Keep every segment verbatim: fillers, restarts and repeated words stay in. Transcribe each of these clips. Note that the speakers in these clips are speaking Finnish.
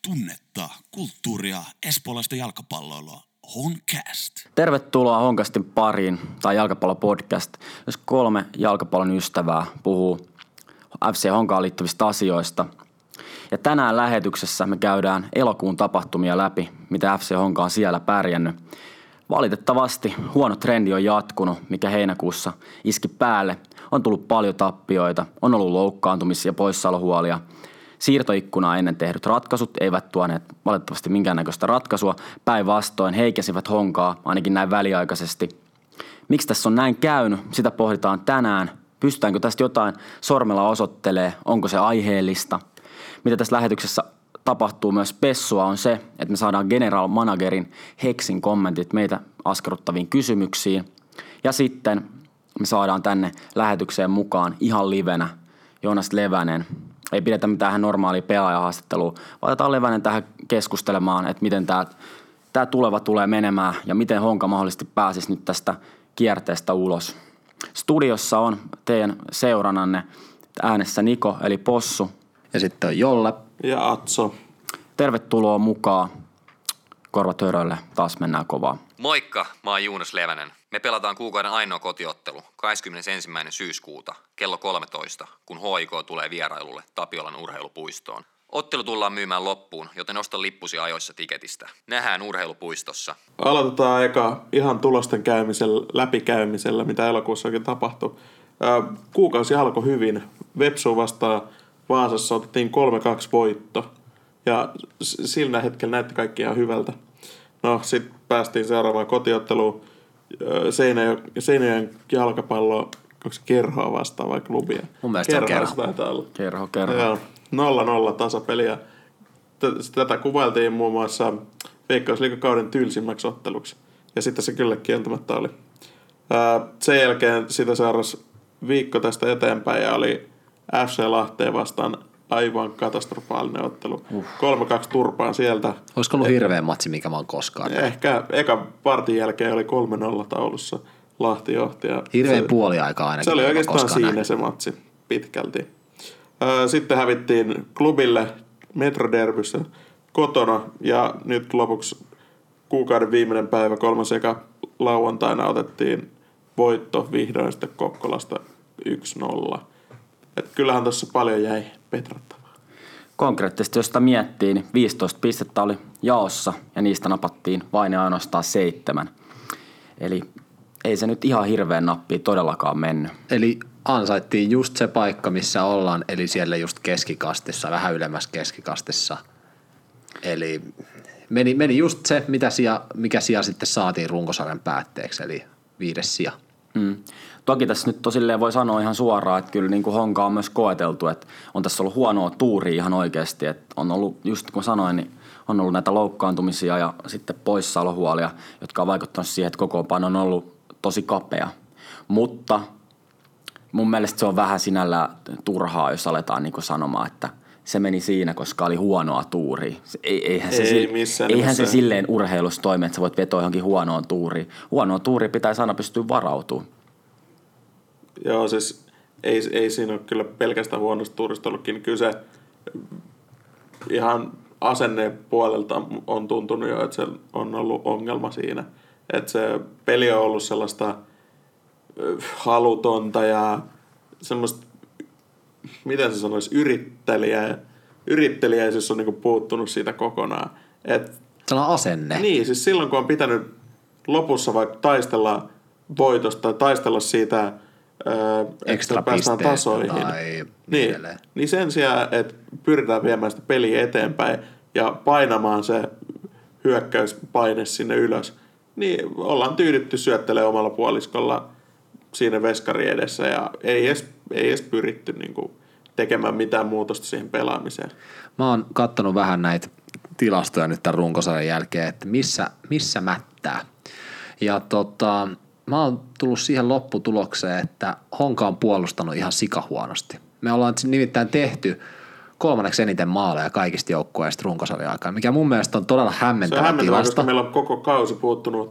tunnetta, kulttuuria, espoolaista jalkapalloilua. Honcast. Tervetuloa Honcastin pariin, tai jalkapallopodcast, jos kolme jalkapallon ystävää puhuu F C Honkaan liittyvistä asioista. Ja tänään lähetyksessä me käydään elokuun tapahtumia läpi, mitä F C Honka on siellä pärjännyt. Valitettavasti huono trendi on jatkunut, mikä heinäkuussa iski päälle. On tullut paljon tappioita, on ollut loukkaantumisia ja poissaolohuolia. Siirtoikkunaa ennen tehdyt ratkaisut eivät tuoneet valitettavasti minkäännäköistä ratkaisua. Päinvastoin heikäsivät Honkaa, ainakin näin väliaikaisesti. Miksi tässä on näin käynyt? Sitä pohditaan tänään. Pystytäänkö tästä jotain sormella osoittelee? Onko se aiheellista? Mitä tässä lähetyksessä tapahtuu myös pessua on se, että me saadaan general managerin Heksin kommentit meitä askarruttaviin kysymyksiin. Ja sitten me saadaan tänne lähetykseen mukaan ihan livenä Joonas Levänen. Ei pidetä mitään normaalia pelaajahaastattelua, vaan otetaan Levänen tähän keskustelemaan, että miten tämä, tämä tuleva tulee menemään ja miten Honka mahdollisesti pääsisi nyt tästä kierteestä ulos. Studiossa on teidän seurananne äänessä Niko eli Possu. Ja sitten on Jolle. Ja Atso. Tervetuloa mukaan Korvatörölle. Taas mennään kovaa. Moikka, mä oon Joonas Levänen. Me pelataan kuukauden ainoa kotiottelu kahdeskymmenesensimmäinen syyskuuta kello kolmetoista, kun H I K tulee vierailulle Tapiolan urheilupuistoon. Ottelu tullaan myymään loppuun, joten osta lippusi ajoissa tiketistä. Nähdään urheilupuistossa. Aloitetaan eka ihan tulosten käymisellä, läpikäymisellä, mitä elokuussa oikein tapahtui. Kuukausi alkoi hyvin. Vepsu vastaan Vaasassa otettiin kolme kaksi voitto. Ja sillä hetkellä näytti kaikki ihan hyvältä. No, sitten päästiin seuraavaan kotiotteluun. Seinäjoen jalkapallo, onko se Kerhoa vastaan vai klubia? Mun mielestä se on Kerho. Kerho, Kerho. Joo, nolla nolla tasapeliä. Tätä kuvailtiin muun muassa Veikkausliigakauden tylsimmäksi otteluksi. Ja sitten se kyllä kieltämättä oli. Sen jälkeen sitä seurasi viikko tästä eteenpäin ja oli F C Lahteen vastaan aivan katastrofaalinen ottelu. Uh. kolme kaksi turpaan sieltä. Olisiko ollut hirveä matsi, mikä mä oon koskaan? Ehkä eka partin jälkeen oli kolme nolla taulussa. Lahti johti. Hirveän puoliaikaa ainakin. Se oli oikeastaan siinä näin. Se matsi pitkälti. Sitten hävittiin klubille Metroderbyssä kotona ja nyt lopuksi kuukauden viimeinen päivä kolmas eka lauantaina otettiin voitto vihdoin sitten Kokkolasta yksi nolla. Et kyllähän tuossa paljon jäi petrattavaa. Konkreettisesti, jos sitä miettii, niin viisitoista pistettä oli jaossa ja niistä napattiin vain ja ainoastaan seitsemän. Eli ei se nyt ihan hirveän nappiin todellakaan mennyt. Eli ansaittiin just se paikka, missä ollaan, eli siellä just keskikastissa, vähän ylemmässä keskikastissa. Eli meni, meni just se, mitä sija, mikä sija sitten saatiin runkosarjan päätteeksi, eli viides sija. Mm. Toki tässä nyt tosilleen voi sanoa ihan suoraan, että kyllä niin kuin Honka on myös koeteltu, että on tässä ollut huonoa tuuria ihan oikeasti, että on ollut, just kun sanoin, niin on ollut näitä loukkaantumisia ja sitten poissaolohuolia, jotka on vaikuttanut siihen, että kokoonpano on ollut tosi kapea. Mutta mun mielestä se on vähän sinällä turhaa, jos aletaan niin kuin sanomaan, että se meni siinä, koska oli huonoa tuuria. Eihän se, Ei, si- eihän se silleen urheilussa toimi, että sä voit vetoa johonkin huonoon tuuriin. Huonoa tuuria pitäisi aina pystyä varautumaan. Joo, siis ei, ei siinä ole kyllä pelkästään huonosta tuurista ollutkin. Kyllä se ihan asennepuolelta on tuntunut jo, että se on ollut ongelma siinä. Että se peli on ollut sellaista halutonta ja semmoista, miten se sanoisi, yrittelijä, yrittelijäisyys on niinku puuttunut siitä kokonaan. Et, sellainen asenne. Niin, siis silloin kun on pitänyt lopussa vaikka taistella voitosta tai taistella siitä, ekstra että päästään tasoihin. Tai niin, niin sen sijaan, että pyritään viemään sitä peliä eteenpäin ja painamaan se hyökkäyspaine sinne ylös, niin ollaan tyydytty syöttelemään omalla puoliskolla siinä veskari edessä ja ei edes, ei edes pyritty niin kuin tekemään mitään muutosta siihen pelaamiseen. Mä oon kattonut vähän näitä tilastoja nyt tämän runkosarjan jälkeen, että missä, missä mättää. Ja tota, mä oon tullut siihen lopputulokseen, että Honka on puolustanut ihan sikahuonosti. Me ollaan nimittäin tehty kolmanneksi eniten maaleja kaikista joukkueista runkosarjan aikaa, mikä mun mielestä on todella hämmentävä se on hämmentävä, tilasta. koska meillä on koko kausi puuttunut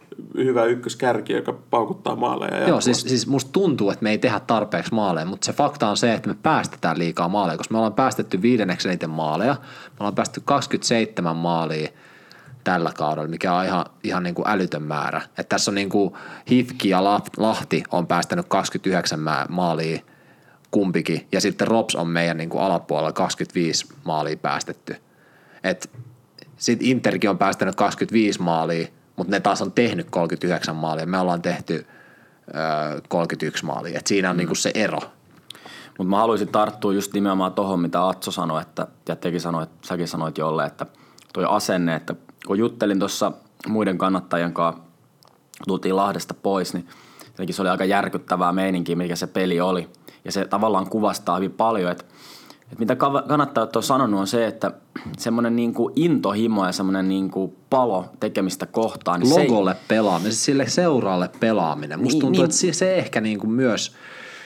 hyvä ykköskärki, joka paukuttaa maaleja. Joo, siis, siis musta tuntuu, että me ei tehdä tarpeeksi maaleja, mutta se fakta on se, että me päästetään liikaa maaleja, koska me ollaan päästetty viidenneksi eniten maaleja. Me ollaan päästetty kaksikymmentäseitsemän maalia tällä kaudella, mikä on ihan, ihan niin kuin älytön määrä. Että tässä on niin kuin Hifki ja Lahti on päästänyt kaksikymmentäyhdeksän maalia kumpikin, ja sitten Rops on meidän niin kuin alapuolella kaksikymmentäviisi maalia päästetty. Et sitten Interkin on päästänyt kaksikymmentäviisi maalia, mutta ne taas on tehnyt kolmekymmentäyhdeksän maalia. Me ollaan tehty ö, kolmekymmentäyksi maalia. Et siinä on mm. niinku se ero. Mutta mä haluaisin tarttua just nimenomaan tohon, mitä Atso sanoi, että, ja tekin sanoit, säkin sanoit Jolle, että toi asenne, että kun juttelin tuossa muiden kannattajien kanssa, tultiin Lahdesta pois, niin se oli aika järkyttävää meininkiä, mikä se peli oli. Ja se tavallaan kuvastaa hyvin paljon, että Et mitä kannattajat on sanonut on se, että semmoinen niinku intohimo ja semmoinen niinku palo tekemistä kohtaan. Niin Logolle se ei... pelaaminen, siis sille seuraalle pelaaminen. Musta niin, tuntuu, niin, että se, se ehkä niinku myös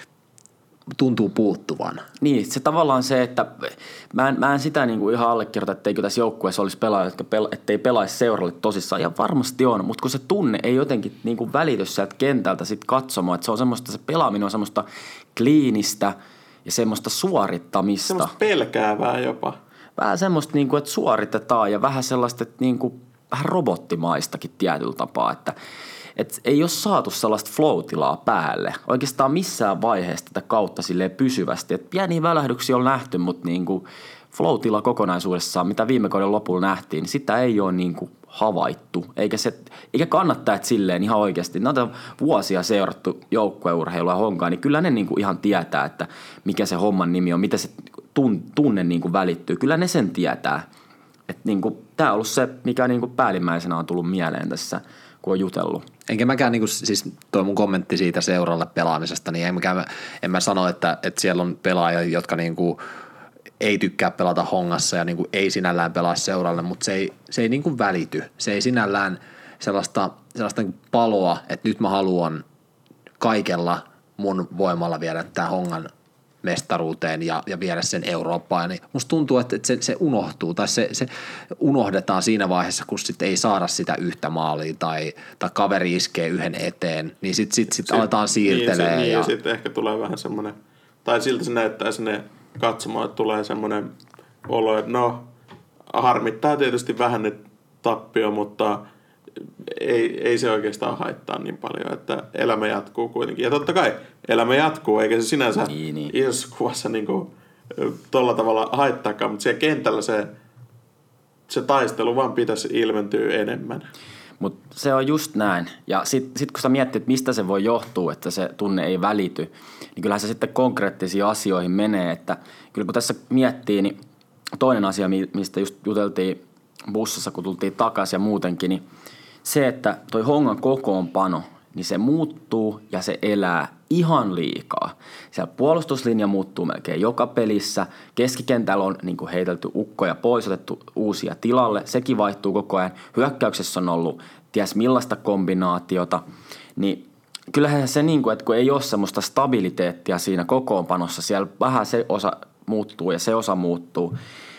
tuntuu puuttuvan. Niin, se tavallaan se, että mä en, mä en sitä niinku ihan allekirjoita, etteikö tässä joukkueessa olisi pelaajia, jotka pel- ettei pelaisi seuralle tosissaan. Ja varmasti on, mutta kun se tunne ei jotenkin niinku välity sieltä kentältä sit katsomaan, että se on semmoista, se pelaaminen on semmoista kliinistä ja semmoista suorittamista. Semmoista pelkäävää jopa. Vähän semmoista, niinku, että suoritetaan ja vähän sellaista, että niinku, vähän robottimaistakin tietyllä tapaa, että et ei ole saatu sellaista flow-tilaa päälle oikeastaan missään vaiheessa tätä kautta silleen pysyvästi. Et pieniä välähdyksiä on nähty, mutta niinku flow-tila kokonaisuudessaan, mitä viime kauden lopulla nähtiin, niin sitä ei ole niinku havaittu. Eikä, se, eikä kannattajat silleen ihan oikeasti. Näitä vuosia seurattu joukkueurheilua ja honkaa, niin kyllä ne niinku ihan tietää, että mikä se homman nimi on, miten se tunne niinku välittyy. Kyllä ne sen tietää. Että niinku, tämä on ollut se, mikä niinku päällimmäisenä on tullut mieleen tässä, kun on jutellut. Enkä mäkään, niin kuin, siis toi mun kommentti siitä seuralle pelaamisesta, niin en, mäkään, en mä sano, että, että siellä on pelaajia, jotka niin kuin ei tykkää pelata hongassa ja niin kuin ei sinällään pelaa seuralle, mutta se ei, se ei niin kuin välity. Se ei sinällään sellaista, sellaista niin kuin paloa, että nyt mä haluan kaikella mun voimalla viedä tämän hongan mestaruuteen ja, ja viedä sen Eurooppaan. Niin musta tuntuu, että se, se unohtuu tai se, se unohdetaan siinä vaiheessa, kun sit ei saada sitä yhtä maalia tai, tai kaveri iskee yhden eteen, niin sitten sit, sit sit, aletaan siirtelee. Niin, ja, ja sitten ehkä tulee vähän semmoinen, tai siltä se näyttää sinne katsomaan, että tulee semmoinen olo, että no harmittaa tietysti vähän nyt tappio, mutta ei, ei se oikeastaan haittaa niin paljon, että elämä jatkuu kuitenkin. Ja totta kai elämä jatkuu, eikä se sinänsä niin, niin. isossa kuvassa niin kuin tolla tavalla haittaakaan, mutta siellä kentällä se, se taistelu vaan pitäisi ilmentyä enemmän. Mutta se on just näin. Ja sitten sit kun sä miettii, että mistä se voi johtua, että se tunne ei välity, niin kyllähän se sitten konkreettisiin asioihin menee. Että kyllä kun tässä miettii, niin toinen asia, mistä just juteltiin bussissa, kun tultiin takaisin ja muutenkin, niin se, että toi hongan kokoonpano, niin se muuttuu ja se elää ihan liikaa. Siellä puolustuslinja muuttuu melkein joka pelissä. Keskikentällä on niin kuin heitelty ukkoja pois, otettu uusia tilalle. Sekin vaihtuu koko ajan. Hyökkäyksessä on ollut ties millaista kombinaatiota. Niin kyllähän se, niin kuin, että kun ei ole semmoista stabiliteettia siinä kokoonpanossa, siellä vähän se osa muuttuu ja se osa muuttuu.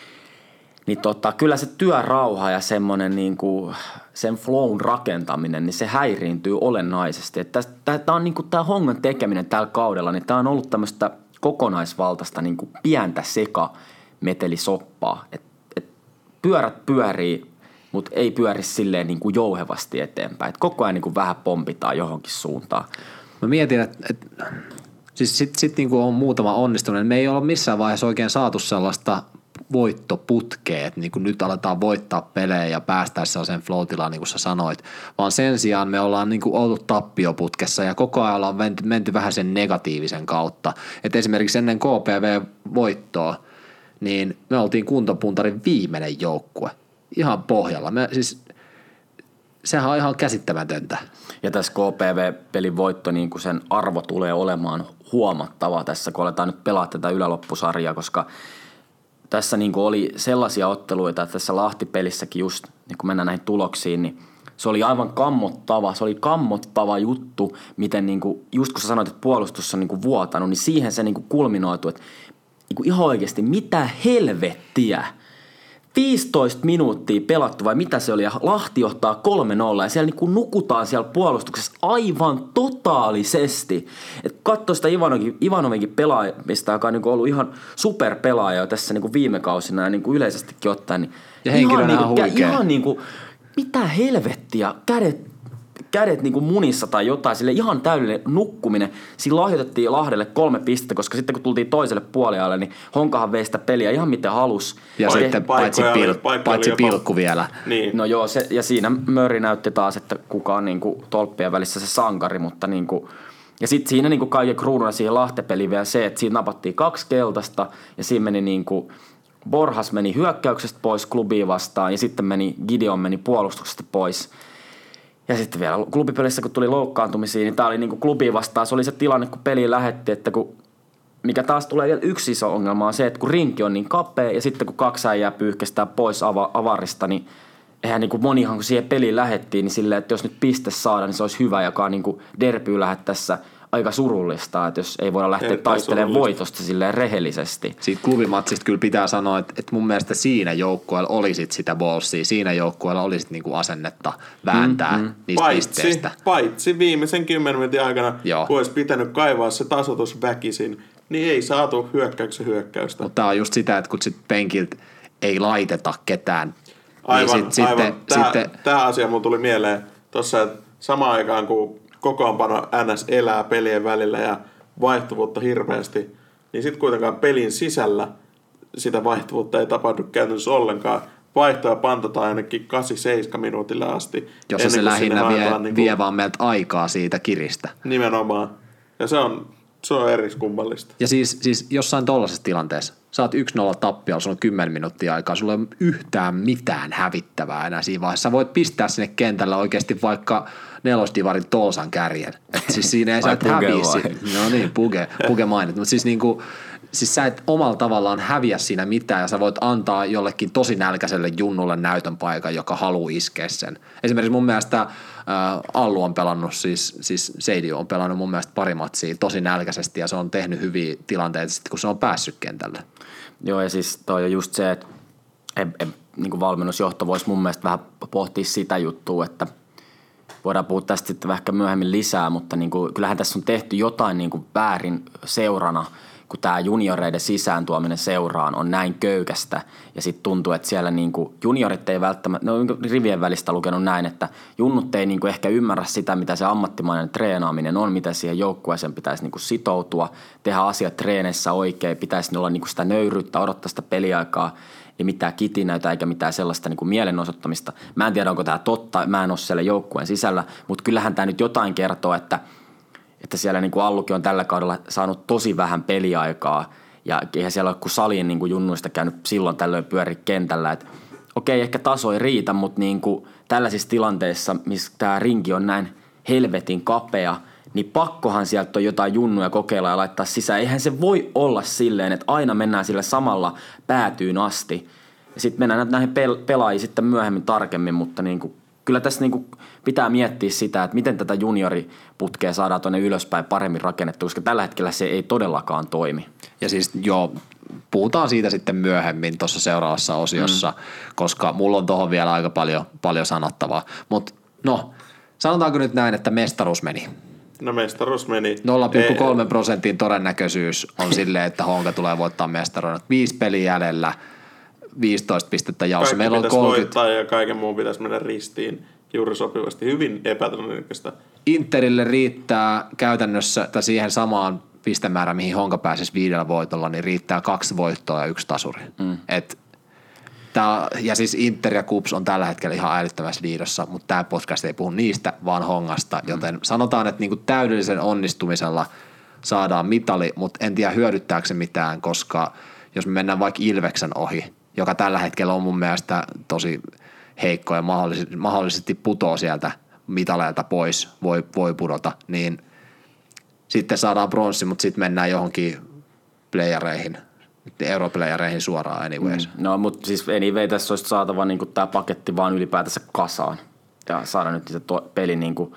Niin tota, kyllä se työrauha ja semmoinen niin kuin sen flown rakentaminen, niin se häiriintyy olennaisesti. Tämä on niin kuin tämä hongan tekeminen tällä kaudella, niin tämä on ollut tämmöistä kokonaisvaltaista niin kuin pientä sekametelisoppaa. Et, et pyörät pyörii, mutta ei pyöri silleen niin kuin jouhevasti eteenpäin. Et koko ajan niin kuin vähän pompitaan johonkin suuntaan. Mä mietin, että et, siis sitten sit niin kuin on muutama onnistunut. Me ei ole missään vaiheessa oikein saatu sellaista voittoputkeet, niin kuin nyt aletaan voittaa pelejä ja päästään sellaiseen flow-tilaan, niin kuin sä sanoit, vaan sen sijaan me ollaan niin kuin oltu tappioputkessa ja koko ajan ollaan menty, menty vähän sen negatiivisen kautta. Et esimerkiksi ennen K P V-voittoa, niin me oltiin kuntopuntarin viimeinen joukkue. Ihan pohjalla. Me, siis, sehän on ihan käsittämätöntä. Ja tässä K P V-pelin voitto, niin kuin sen arvo tulee olemaan huomattava tässä, kun aletaan nyt pelaa tätä yläloppusarjaa, koska tässä niin kuin oli sellaisia otteluita, että tässä Lahti-pelissäkin just, niin kun mennään näihin tuloksiin, niin se oli aivan kammottava, se oli kammottava juttu, miten niin kuin, just kun sä sanoit, että puolustus on niin kuin vuotanut, niin siihen se niin kuin kulminoitu, että niin kuin ihan oikeasti, mitä helvettiä viisitoista minuuttia pelattu vai mitä se oli, ja Lahti johtaa kolme nolla, ja siellä niinku nukutaan siellä puolustuksessa aivan totaalisesti. Et katso sitä Ivanovinkin, Ivanovinkin pelaamista, joka on niinku ollut ihan superpelaaja jo tässä niinku viime kausina ja niinku yleisestikin ottaen. Niin ja henkilönä ihan, ihan niinku, huikea. Ihan niinku, mitä helvettiä, kädet kädet niinku munissa tai jotain, sille ihan täydellinen nukkuminen. Siinä lahjoitettiin Lahdelle kolme pistettä, koska sitten kun tultiin toiselle puoliajalle, niin Honkahan vei sitä peliä ihan miten halus. Ja Paik- sitten paitsi, paikkoja oli- pil- paikkoja paitsi oli pilkku vielä. Niin. No joo, se, ja siinä Murray näytti taas, että kuka on niinku tolppien välissä se sankari, mutta niinku, ja sitten siinä niinku kaiken kruununa siihen Lahtepeliin vielä se, että siinä napattiin kaksi keltaista, ja siinä meni niinku, Borjas meni hyökkäyksestä pois klubiin vastaan, ja sitten meni, Gideon meni puolustuksesta pois. Ja sitten vielä klubipelissä, kun tuli loukkaantumisia, niin tämä oli niinku klubiin vastaan. Se oli se tilanne, kun peliin lähetti, että kun, mikä taas tulee vielä yksi iso ongelma on se, että kun rinki on niin kapea ja sitten kun kaksi äijää pyyhkästää pois ava- avarista, niin eihän niinku monihan kun siihen peliin lähettiin, niin silleen, että jos nyt piste saada, niin se olisi hyvä, joka on niinku derbyy lähettäessä aika surullista, että jos ei voida lähteä Erittäin taistelemaan surullista. voitosta silleen rehellisesti. Siitä klubimatsista kyllä pitää sanoa, että, että mun mielestä siinä joukkueella olisit sitä ballsia, siinä joukkueella olisit niinku asennetta vääntää mm, mm. niistä Paitsi, pisteistä. paitsi viimeisen kymmenen minuutin aikana, Joo. kun olisi pitänyt kaivaa se tasoitus väkisin, niin ei saatu hyökkäyksen hyökkäystä. Mutta tää on just sitä, että kun sit penkiltä ei laiteta ketään, Aivan, niin sit, aivan. sitten, Tämä, sitten tämä asia mun tuli mieleen tuossa, että samaan aikaan kun kokoonpano N S elää pelien välillä ja vaihtuvuutta hirveästi, niin sitten kuitenkaan pelin sisällä sitä vaihtuvuutta ei tapahdu käytännössä ollenkaan. Vaihtoja pantataan ainakin kahdeksan seitsemän minuutille asti. jossa se ennen kuin sinne lähinnä vie, haetaan niin kuin- vie vaan meiltä aikaa siitä kiristä. Nimenomaan. Ja se on, se on eriskummallista. Ja siis, siis jossain tollaisessa tilanteessa, sä oot yksi nolla tappiolla, sulla on kymmenen minuuttia aikaa, sulla ei ole yhtään mitään hävittävää enää siinä vaiheessa. Sä voit pistää sinne kentällä oikeasti vaikka nelosdivarin Tolsan kärjen. Että siis siinä ei sä et Puge häviä vai? siitä. No niin, Puge, Puge mainit. Mutta siis niinku, siis sä et omalla tavallaan häviä siinä mitään ja sä voit antaa jollekin tosi nälkäiselle junnulle näytön paikan, joka haluaa iskeä sen. Esimerkiksi mun mielestä äh, Allu on pelannut, siis, siis Seidio on pelannut mun mielestä pari matsia tosi nälkäisesti ja se on tehnyt hyviä tilanteita sitten, kun se on päässyt kentälle. Joo, ja siis toi on just se, että e, e, niin valmennusjohto voisi mun mielestä vähän pohtia sitä juttua, että voidaan puhua tästä sitten ehkä myöhemmin lisää, mutta niin kuin, kyllähän tässä on tehty jotain niin kuin väärin seurana, kun tämä junioreiden sisään tuominen seuraan on näin köykästä ja sitten tuntuu, että siellä niin kuin juniorit ei välttämättä, ne on rivien välistä lukenut näin, että junnut ei niin kuin ehkä ymmärrä sitä, mitä se ammattimainen treenaaminen on, mitä siihen joukkueeseen pitäisi niin kuin sitoutua, tehdä asiat treeneissä oikein, pitäisi olla niin kuin sitä nöyryyttä, odottaa sitä peliaikaa, ei mitään kitinäytä eikä mitään sellaista niin kuin mielenosoittamista. Mä en tiedä, onko tämä totta, mä en ole siellä joukkueen sisällä, mutta kyllähän tämä nyt jotain kertoo, että että siellä niin kuin Allukin on tällä kaudella saanut tosi vähän peliaikaa ja eihän siellä ole kuin salin niin kuin junnuista käynyt silloin tällöin pyöri kentällä. Että okei, ehkä taso ei riitä, mutta niin kuin tällaisissa tilanteissa, missä tämä rinki on näin helvetin kapea, niin pakkohan sieltä on jotain junnuja kokeilla ja laittaa sisään. Eihän se voi olla silleen, että aina mennään sille samalla päätyyn asti. Ja sitten mennään näihin pel- pelaajiin sitten myöhemmin tarkemmin, mutta niin kuin kyllä tässä niinku pitää miettiä sitä, että miten tätä junioriputkea saadaan tuonne ylöspäin paremmin rakennettua, koska tällä hetkellä se ei todellakaan toimi. Ja siis joo, puhutaan siitä sitten myöhemmin tuossa seuraavassa osiossa, mm. koska mulla on tuohon vielä aika paljon, paljon sanottavaa. Mutta no, sanotaanko nyt näin, että mestaruus meni. No mestaruus meni. nolla pilkku kolme prosentin todennäköisyys on silleen, että Honka tulee voittaa mestaruuden. Viisi peliä jäljellä, viisitoista pistettä jaossa. Kaikki Meillä on pitäisi kolmekymmentä. voittaa ja kaiken muun pitäisi mennä ristiin juuri sopivasti. Hyvin epätodennäköistä. Interille riittää käytännössä, tai siihen samaan pistemäärään, mihin Honka pääsisi viidellä voitolla, niin riittää kaksi voittoa ja yksi tasuri. Mm. Et, tää, ja siis Inter ja Kups on tällä hetkellä ihan älyttömässä liidossa, mutta tämä podcast ei puhu niistä, vaan Hongasta, joten mm. sanotaan, että niinku täydellisen onnistumisella saadaan mitali, mutta en tiedä hyödyttääkö se mitään, koska jos me mennään vaikka Ilveksen ohi, joka tällä hetkellä on mun mielestä tosi heikko ja mahdollisesti, mahdollisesti putoo sieltä mitaleilta pois, voi, voi pudota, niin sitten saadaan bronssi, mutta sitten mennään johonkin playereihin, europlayereihin suoraan anyways. Mm. No, mutta siis anyway, tässä olisi saatava niinku tämä paketti vaan ylipäätänsä kasaan ja saada nyt niitä to- peli, niinku,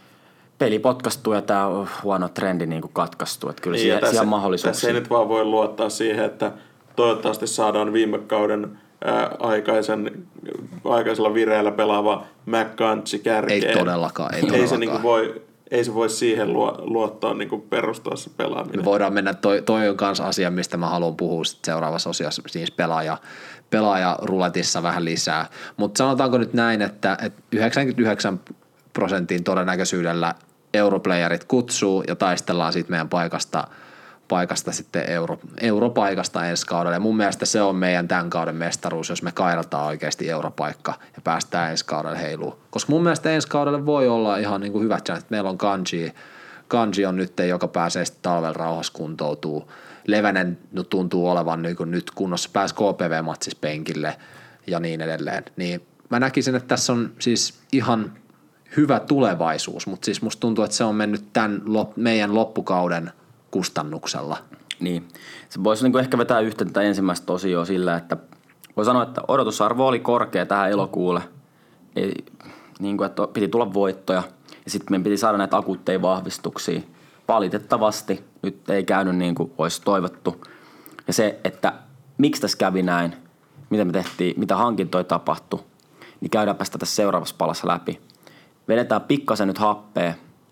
peli potkastua ja tämä huono trendi niinku katkaistua. Että kyllä Niin, siihen, tässä, siihen on mahdollisuuksia. tässä ei nyt vaan voi luottaa siihen, että toivottavasti saadaan viime kauden ää, aikaisen, aikaisella vireellä pelaava McCanchi kärkeen. Ei todellakaan, ei Ei todellakaan. se, niinku voi, ei se voi siihen luottaa niinku perustua se pelaaminen. Me voidaan mennä, toi, toi on kanssa asia, mistä mä haluan puhua sit seuraavassa osiossa, siis pelaaja, pelaajaruletissa vähän lisää. Mutta sanotaanko nyt näin, että, että yhdeksänkymmentäyhdeksän prosentin todennäköisyydellä europlayerit kutsuu ja taistellaan siitä meidän paikasta, paikasta sitten euro, europaikasta ensi kaudella. Ja mun mielestä se on meidän tämän kauden mestaruus, jos me kairataan oikeasti europaikka ja päästään ensi kaudella heiluun. Koska mun mielestä ensi kaudella voi olla ihan niin kuin hyvät chanssit. Meillä on Kanji, Kanji on nyt, joka pääsee sitten talvella rauhassa kuntoutuu. Levänen tuntuu olevan niin kuin nyt kunnossa, pääsi K P V-matsissa penkille ja niin edelleen. Niin mä näkisin, että tässä on siis ihan hyvä tulevaisuus, mutta siis musta tuntuu, että se on mennyt tämän lop, meidän loppukauden kustannuksella. Niin. Se voisi niinku ehkä vetää yhteen tätä ensimmäistä osioa sillä, että voi sanoa, että odotusarvo oli korkea tähän elokuulle. Ei, niin kuin, että piti tulla voittoja ja sitten meidän piti saada näitä akuutteja vahvistuksia. Valitettavasti nyt ei käynyt niin kuin olisi toivottu. Ja se, että miksi tässä kävi näin, mitä me tehtiin, mitä hankintoja tapahtui, niin käydäänpä sitä tässä seuraavassa palassa läpi. Vedetään pikkasen nyt happea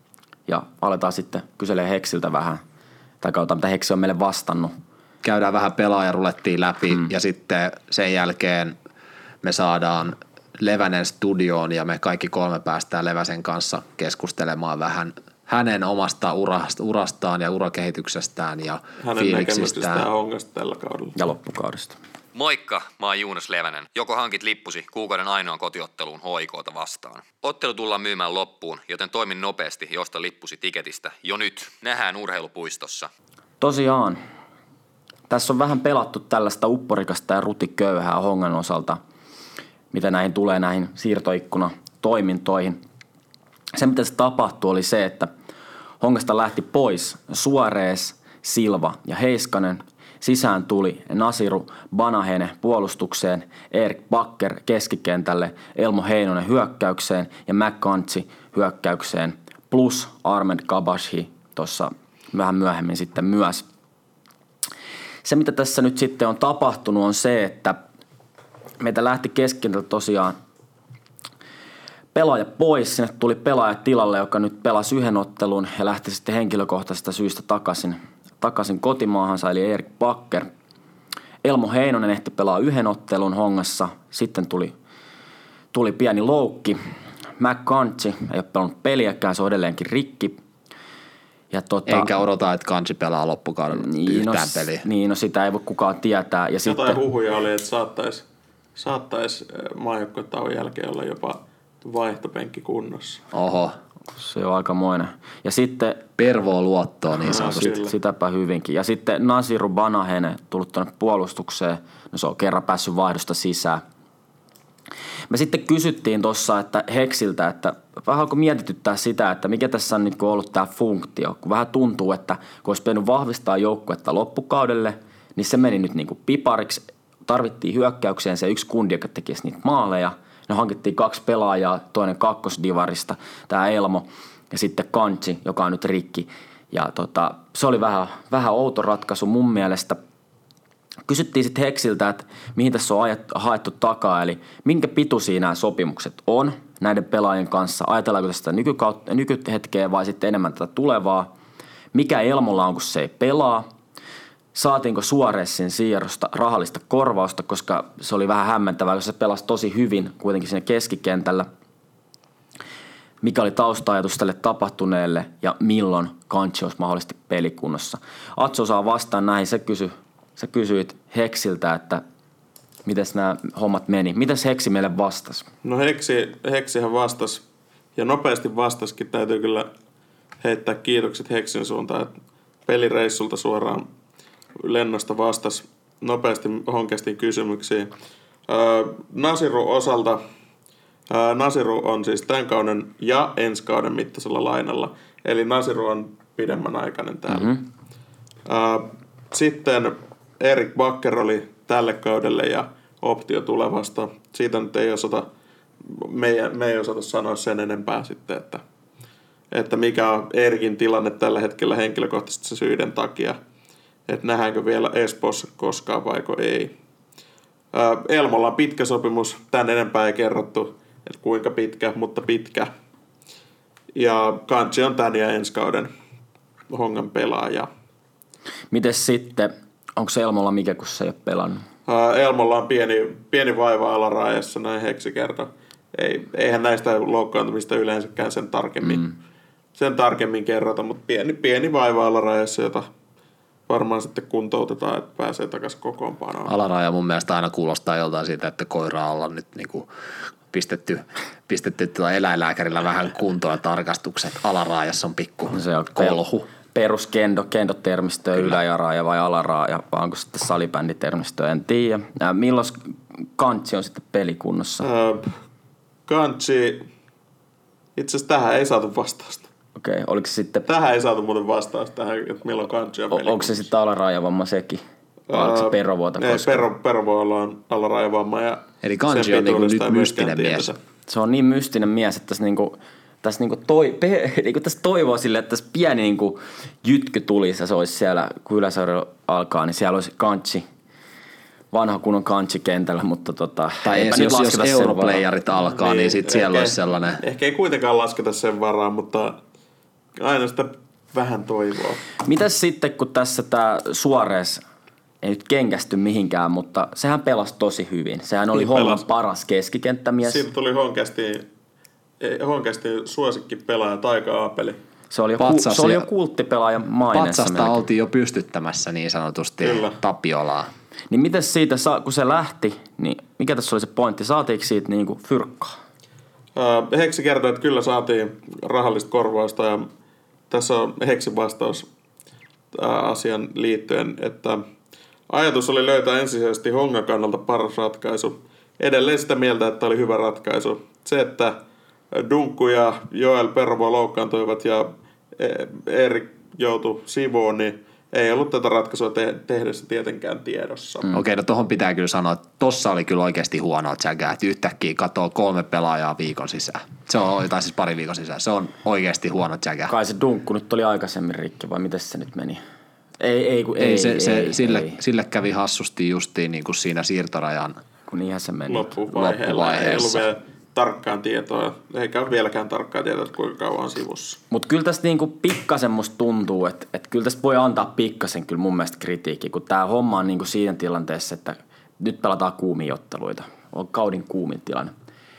ja aletaan sitten kyselee Heksiltä vähän, tai kautta mitä Heksi on meille vastannut. Käydään vähän pelaajarulettiin läpi hmm. ja sitten sen jälkeen me saadaan Levänen studioon ja me kaikki kolme päästään Leväsen kanssa keskustelemaan vähän hänen omasta urasta, urastaan ja urakehityksestään ja hänen fiiliksistään. näkemyksestään Honkasta tällä kaudella. Ja loppukaudesta. Moikka, mä oon Juunas Levänen. Joko hankit lippusi kuukauden ainoan kotiotteluun H I K:ta vastaan? Ottelu tullaan myymään loppuun, joten toimin nopeasti ja osta lippusi tiketistä jo nyt. Nähdään urheilupuistossa. Tosiaan, tässä on vähän pelattu tällaista upporikasta ja rutiköyhää Hongan osalta, mitä näihin tulee näihin siirtoikkuna toimintoihin. Se, mitä se tapahtui, oli se, että Hongasta lähti pois Suarez, Silva ja Heiskanen. Sisään tuli Nasiru Banahene puolustukseen, Erik Bakker keskikentälle, Elmo Heinonen hyökkäykseen ja McCanchi hyökkäykseen, plus Ahmed Kabashi tuossa vähän myöhemmin sitten myös. Se, mitä tässä nyt sitten on tapahtunut, on se, että meitä lähti keskikentältä tosiaan pelaaja pois. Sinne tuli pelaaja tilalle, joka nyt pelasi yhden ottelun ja lähti sitten henkilökohtaisesta syystä takaisin, takaisin kotimaahansa, eli Erik Bakker. Elmo Heinonen ehti pelaa yhden ottelun Hongassa. Sitten tuli, tuli pieni loukki. McCanchi ei ole pelannut peliäkään, se on edelleenkin rikki. Ja tota, Enkä odota, että Kanji pelaa loppukaudella niin, yhtään no, peliä. Niin, no sitä ei voi kukaan tietää. Ja Jotain sitten, huhuja oli, että saattaisi saattais maajoukkuetauon jälkeen olla jopa vaihtopenkki kunnossa. Oho. se on aikamoinen. Ja sitten Pervoo luottoa niin No, sanotusti. kyllä. sitäpä hyvinkin. Ja sitten Nasiru Banahene tullut tuonne puolustukseen. No se on kerran päässyt vaihdosta sisään. Me sitten kysyttiin tuossa että Heksiltä, että vähän alkoi mietityttää sitä, että mikä tässä on nyt ollut tämä funktio. Kun vähän tuntuu, että kun olisi pitänyt vahvistaa joukkuetta loppukaudelle, niin se meni nyt niin kuin pipariksi. Tarvittiin hyökkäykseen se yksi kundi, joka tekisi niitä maaleja. Ne hankittiin kaksi pelaajaa, toinen kakkosdivarista, tämä Elmo, ja sitten Kanji, joka on nyt rikki. Ja tota, se oli vähän, vähän outo ratkaisu mun mielestä. Kysyttiin sitten Heksiltä, että mihin tässä on haettu takaa, eli minkä pituisia nämä sopimukset on näiden pelaajien kanssa. Ajatellaanko tästä nykykautta, nykyhetkeä vai sitten enemmän tätä tulevaa. Mikä Elmolla on, kun se ei pelaa. Saatiinko Suarezin siirrosta rahallista korvausta, koska se oli vähän hämmentävää, koska se pelasi tosi hyvin kuitenkin siinä keskikentällä. Mikä oli tausta-ajatus tälle tapahtuneelle ja milloin Kanji olisi mahdollisesti pelikunnossa. Atso saa vastaan näihin, se kysyi. Sä kysyit Heksiltä, että miten nämä hommat meni. Mitäs Heksi meille vastasi? No Heksi, Heksihän vastasi, ja nopeasti vastasikin. Täytyy kyllä heittää kiitokset Heksin suuntaan, että pelireissulta suoraan lennosta vastasi nopeasti Honkestin kysymyksiin. Öö, Nasiru osalta, öö, Nasiru on siis tämän kauden ja ensi kauden mittaisella lainalla, eli Nasiru on pidemmän aikainen täällä. Mm-hmm. Öö, sitten Erik Bakker oli tälle kaudelle ja optio tulevasta. Siitä nyt ei osata, me ei, me ei osata sanoa sen enempää sitten, että, että mikä on Erikin tilanne tällä hetkellä henkilökohtaisesti syiden takia. Että nähdäänkö vielä Espoossa koskaan vaiko ei. Elmolla on pitkä sopimus, tän enempää ei kerrottu, että kuinka pitkä, mutta pitkä. Ja Kantsi on tän ja ensi kauden Hongan pelaaja. Mites sitten, onko se Elmolla mikä, kun se ei ole pelannut? Elmolla on pieni, pieni vaiva alaraajassa, näin Heksi kertoi. Ei, eihän näistä loukkaantumista yleensäkään sen tarkemmin, mm. sen tarkemmin kerrota, mutta pieni, pieni vaiva alaraajassa, jota varmaan sitten kuntoutetaan, että pääsee takaisin kokoonpanoon. Alaraja mun mielestä aina kuulostaa joltain siitä, että koiraa ollaan nyt niinku pistetty, pistetty tuolla eläinlääkärillä vähän kuntoon ja tarkastukset. Alaraajassa on pikku no se on kolhu. Perus kendo, kendotermistöä, yläjaraaja vai alaraaja, vai onko sitten salibänditermistöä, en tiedä. Ja milloin Kantsi on sitten pelikunnossa? Öö, Kantsi, itse asiassa tähän ei saatu vastausta. Okei, okay, oliko se sitten... Tähän ei saatu muuten vastausta tähän, että milloin Kantsi on pelikunnossa. Onko se sitten alaraajavamma sekin? Vai onko se perovuota? Ei, pero, perovuolla on alaraajavamma. Ja eli Kantsi on niinku nyt mystinen mies. Se on niin mystinen mies, että tässä niinku... Tässä, niinku toi, pe, niinku tässä toivoo silleen, että tässä pieni niinku jytky tulisi ja se olisi siellä, kun Yläseura alkaa, niin siellä olisi Kantsi, vanha kunnon Kantsi kentällä, mutta tota... Tai ensin, jos, jos europlayerit alkaa, niin, niin sitten siellä olisi sellainen... Ehkä ei kuitenkaan lasketa sen varaan, mutta aina sitä vähän toivoa. Mitäs sitten, kun tässä tämä Suarez ei nyt kenkästy mihinkään, mutta sehän pelasi tosi hyvin. Sehän oli Hongan paras keskikenttämies. Siitä tuli Honkästiin... Honkästi suosikki pelaaja Taika Aapeli. Se oli jo, ku, se oli jo kulttipelaaja maineessa. Patsasta melkein. Oltiin jo pystyttämässä niin sanotusti Kyllä. Tapiolaa. Niin miten siitä, kun se lähti, niin mikä tässä oli se pointti? Saatiinko siitä niinku fyrkkaa? Heksi kertoi, että kyllä saatiin rahallista korvausta ja tässä on Heksin vastaus asian liittyen, että ajatus oli löytää ensisijaisesti Hongan kannalta paras ratkaisu. Edelleen sitä mieltä, että oli hyvä ratkaisu. Se, että Dunkku ja Joel Pervo loukkaantuivat ja Erik joutui sivuun, niin ei ollut tätä ratkaisua te- tehdessä tietenkään tiedossa. Mm. Okei, no tohon pitää kyllä sanoa, että tossa oli kyllä oikeasti huonoa jägää, että yhtäkkiä katoo kolme pelaajaa viikon sisään. Se on, tai siis pari viikon sisään. Se on oikeasti huono jägää. Kai se Dunkku nyt oli aikaisemmin rikki, vai miten se nyt meni? Ei, ei, kun, ei, ei, se, se, ei, sille, ei. sille kävi hassusti justiin niin kuin siinä siirtorajan kun niinhän se meni. Loppuvaiheessa. Ei ollut vielä tarkkaan tietoa, eikä ole vieläkään tarkkaa tietoa, että kuinka kauan on sivussa. Mutta kyllä tästä niinku pikkasen musta tuntuu, että, että kyllä tästä voi antaa pikkasen kyllä mun mielestä kritiikki, kun tää homma on niinku siinä tilanteessa, että nyt pelataan kuumia otteluita. On kaudin kuumin tilanne.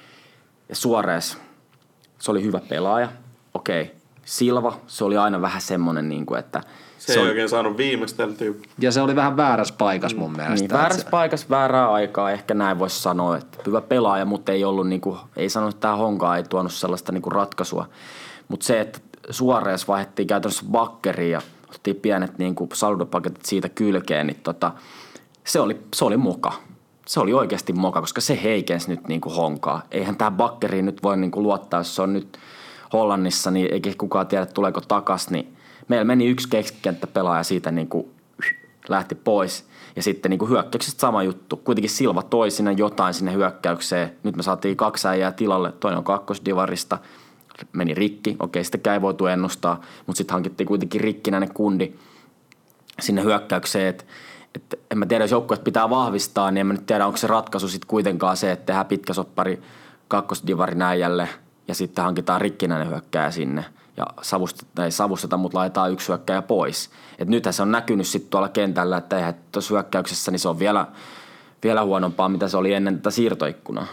Ja Suarez, se oli hyvä pelaaja. Okei, Silva, se oli aina vähän semmonen, niinku, että se, se ei on, oikein saanut viimeisteltyä. Ja se oli vähän väärässä paikassa mun mielestä. Niin, väärässä se... paikassa, väärää aikaa, ehkä näin voisi sanoa, että hyvä pelaaja, mutta ei ollut, niinku, ei sanonut, että tämä Honka ei tuonut sellaista niinku ratkaisua. Mutta se, että Suarez vaihdettiin käytännössä bakkeriin ja otettiin pienet niinku saludopaketit siitä kylkeen, niin tota, se, oli, se oli moka. Se oli oikeasti moka, koska se heikensi nyt niinku Honkaa. Eihän tämä bakkeriin nyt voi niinku luottaa, jos se on nyt Hollannissa, niin eikä kukaan tiedä, tuleeko takas, niin meillä meni yksi keskikenttäpelaaja siitä niin kuin lähti pois. Ja sitten niin kuin hyökkäyksestä sama juttu. Kuitenkin Silva toi sinne jotain sinne hyökkäykseen. Nyt me saatiin kaksi äijää tilalle. Toinen on kakkosdivarista. Meni rikki. Okei, sitäkään ei voitu ennustaa. Mutta sitten hankittiin kuitenkin rikkinäinen kundi sinne hyökkäykseen. Et, et en mä tiedä, jos joukkueet pitää vahvistaa, niin en mä nyt tiedä, onko se ratkaisu sitten kuitenkaan se, että tehdään pitkä soppari kakkosdivarin äijälle ja sitten hankitaan rikkinäinen hyökkääjä sinne. Ja savusteta, ei savusteta, mutta laitetaan yksi hyökkääjä pois. Et nythän se on näkynyt sitten tuolla kentällä, että eihän tuossa hyökkäyksessä niin se on vielä, vielä huonompaa, mitä se oli ennen tätä siirtoikkunaa.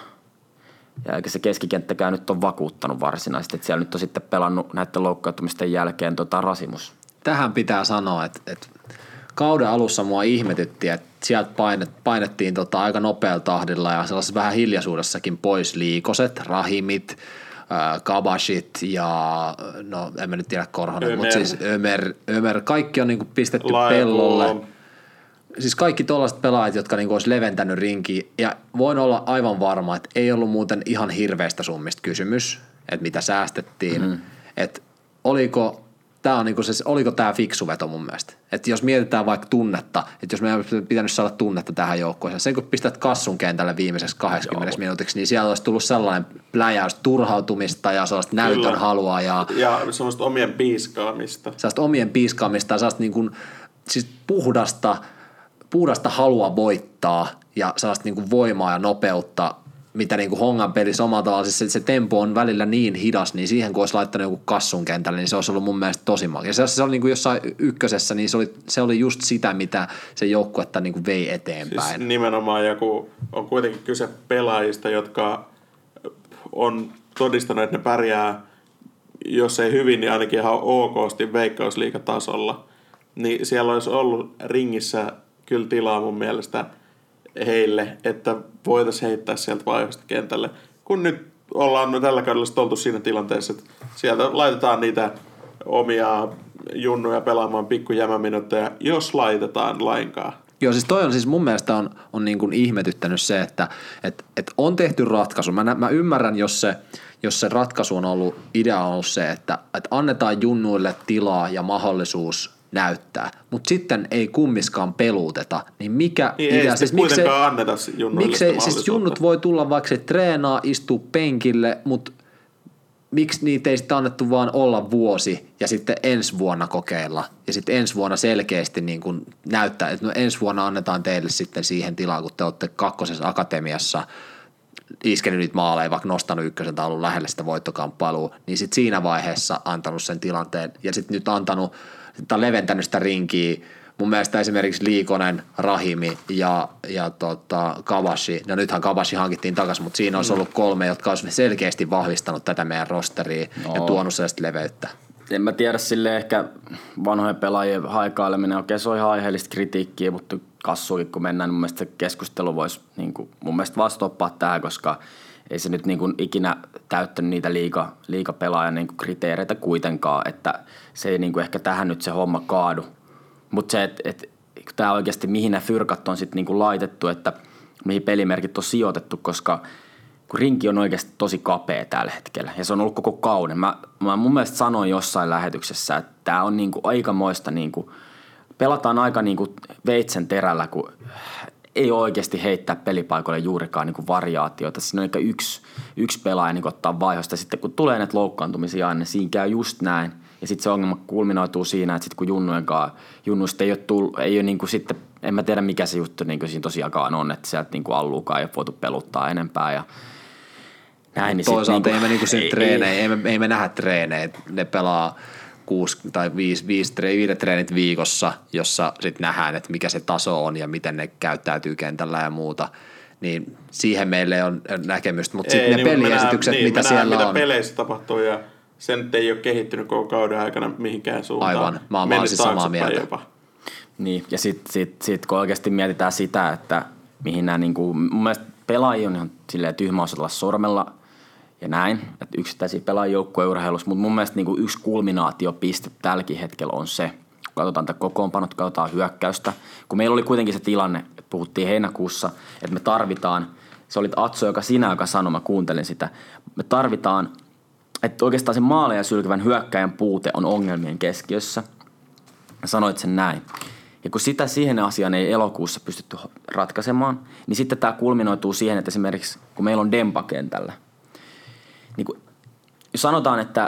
Ja eikä se keskikenttäkään nyt on vakuuttanut varsinaisesti, että siellä nyt on sitten pelannut näiden loukkaantumisten jälkeen tota Rasimus. Tähän pitää sanoa, että, että kauden alussa mua ihmetytti, että sieltä painet, painettiin tota aika nopealla tahdilla ja sellaisessa vähän hiljaisuudessakin pois liikoset, Rahimit, Kabashit ja no en mä nyt tiedä Korhonen, mutta siis Ömer, Ömer, kaikki on niinku pistetty Laivu. pellolle. Siis kaikki tollaiset pelaajat, jotka niinku olisi leventänyt rinkiä ja voin olla aivan varma, että ei ollut muuten ihan hirveästä summista kysymys, että mitä säästettiin, mm-hmm. että oliko Tämä on niinku se, oliko tämä fiksu veto mun mielestä? Että jos mietitään vaikka tunnetta, että jos meidän olisi pitänyt saada tunnetta tähän joukkueeseen, sen kun pistät kassun kentälle viimeiseksi kaksikymmentä Joo. minuutiksi, niin siellä olisi tullut sellainen pläjäys turhautumista ja sellaista näytön halua. Ja, ja sellaista omien piiskaamista. Sellaista omien piiskaamista ja sellaista niin kuin, siis puhdasta, puhdasta halua voittaa ja sellaista niin kuin voimaa ja nopeutta, mitä niin kuin Hongan pelissä omalla tavalla, siis se, se tempo on välillä niin hidas, niin siihen kun olisi laittanut joku kassun kentälle, niin se olisi ollut mun mielestä tosi magia. Se, se oli niin kuin jossain ykkösessä, niin se oli, se oli just sitä, mitä se joukkuetta niin kuin vei eteenpäin. Siis nimenomaan, ja kun on kuitenkin kyse pelaajista, jotka on todistanut, että ne pärjää, jos ei hyvin, niin ainakin ihan okosti Veikkausliigatasolla, niin siellä olisi ollut ringissä kyllä tilaa mun mielestä heille, että voitaisiin heittää sieltä vaiheesta kentälle. Kun nyt ollaan no tällä kaudella oltu siinä tilanteessa, että sieltä laitetaan niitä omia junnuja pelaamaan pikkujämäminuutteja, jos laitetaan lainkaan. Joo, siis toi on siis mun mielestä on, on niin kuin ihmetyttänyt se, että et, et on tehty ratkaisu. Mä, mä ymmärrän, jos se, jos se ratkaisu on ollut, idea on ollut se, että, että annetaan junnuille tilaa ja mahdollisuus näyttää, mutta sitten ei kummiskaan peluuteta, niin mikä niin idea, ei siis kuitenkaan miksei, anneta junnuille miksei, siis junnut voi tulla vaikka se treenaa, istuu penkille, mutta miksi niitä ei sitten annettu vaan olla vuosi ja sitten ensi vuonna kokeilla ja sitten ensi vuonna selkeästi niin kuin näyttää, että no ensi vuonna annetaan teille sitten siihen tilaan, kun te olette kakkosessa akatemiassa iskenyt niitä maaleja, vaikka nostanut ykkösen tai ollut lähellä sitä voittokamppailua, niin sitten siinä vaiheessa antanut sen tilanteen ja sitten nyt antanut, sitten on leventänyt sitä rinkiä. Mun mielestä esimerkiksi Liikonen, Rahimi ja, ja tota, Kawashi, no nythän Kawashi hankittiin takaisin, mutta siinä olisi ollut kolme, jotka olisi selkeästi vahvistanut tätä meidän rosteria no. ja tuonut sellaista leveyttä. En mä tiedä, sille ehkä vanhojen pelaajien haikaileminen, okei se on ihan aiheellista kritiikkiä, mutta kassuukin kun mennään, niin mun mielestä se keskustelu voisi niin kuin, mun mielestä vastoppaa tähän, koska ei se nyt niin kuin ikinä täyttänyt niitä liiga, liigapelaajan niin kuin kriteereitä kuitenkaan, että se ei niin kuin ehkä tähän nyt se homma kaadu. Mutta se, että et, tämä oikeasti mihin nämä fyrkat on sitten niinku laitettu, että mihin pelimerkit on sijoitettu, koska kun rinki on oikeasti tosi kapea tällä hetkellä ja se on ollut koko kauden. Mä, mä mun mielestä sanoin jossain lähetyksessä, että tämä on niinku aikamoista, niinku, pelataan aika niinku veitsen terällä, kun ei oikeasti heittää pelipaikoille juurikaan niinku variaatioita. Siinä on ehkä yksi, yksi pelaaja niinku ottaa vaihosta. Sitten kun tulee näitä loukkaantumisia, niin siinä käy just näin. Ja sitten se ongelma kulminoituu siinä, että sitten kun junnujenkaan, junnuista ei ole tullut, ei ole niinku sitten, en mä tiedä mikä se juttu niinku siinä tosiaankaan on, että sieltä niinku alluukaan ei ole voitu peluttaa enempää ja näin. Niin toisaalta niinku, ei me niinku sen treenejä, ei, ei, me, ei me nähdä treenejä, ne pelaa kuusi tai viisi, viisi, viisi treenit viikossa, jossa sitten nähdään, että mikä se taso on ja miten ne käyttäytyy kentällä ja muuta. Niin siihen meille on näkemystä, mutta sitten ne niin, peliesitykset, niin, mitä siellä mitä on. Mitä peleissä tapahtuu ja se nyt ei ole kehittynyt koko kauden aikana mihinkään suuntaan. Aivan, mä oon siis samaa mieltä. Jopa. Niin, ja sitten sit, sit, kun oikeasti mietitään sitä, että mihin nämä, niin kuin, mun mielestä pelaajia on ihan silleen tyhmä osoitella sormella ja näin, että yksittäisiä pelaajia joukkueurheilussa, mutta mun mielestä niin kuin yksi kulminaatiopiste tälläkin hetkellä on se, kun katsotaan tätä kokoonpanot, katsotaan hyökkäystä, kun meillä oli kuitenkin se tilanne, että puhuttiin heinäkuussa, että me tarvitaan, se oli Atso, joka sinä, joka sanoi, mä kuuntelin sitä, me tarvitaan, että oikeastaan se maaleja sylkevän hyökkäjän puute on ongelmien keskiössä. Sanoit sen näin. Ja kun sitä siihen asiaan ei elokuussa pystytty ratkaisemaan, niin sitten tämä kulminoituu siihen, että esimerkiksi kun meillä on Dempa kentällä, niin kun, jos sanotaan, että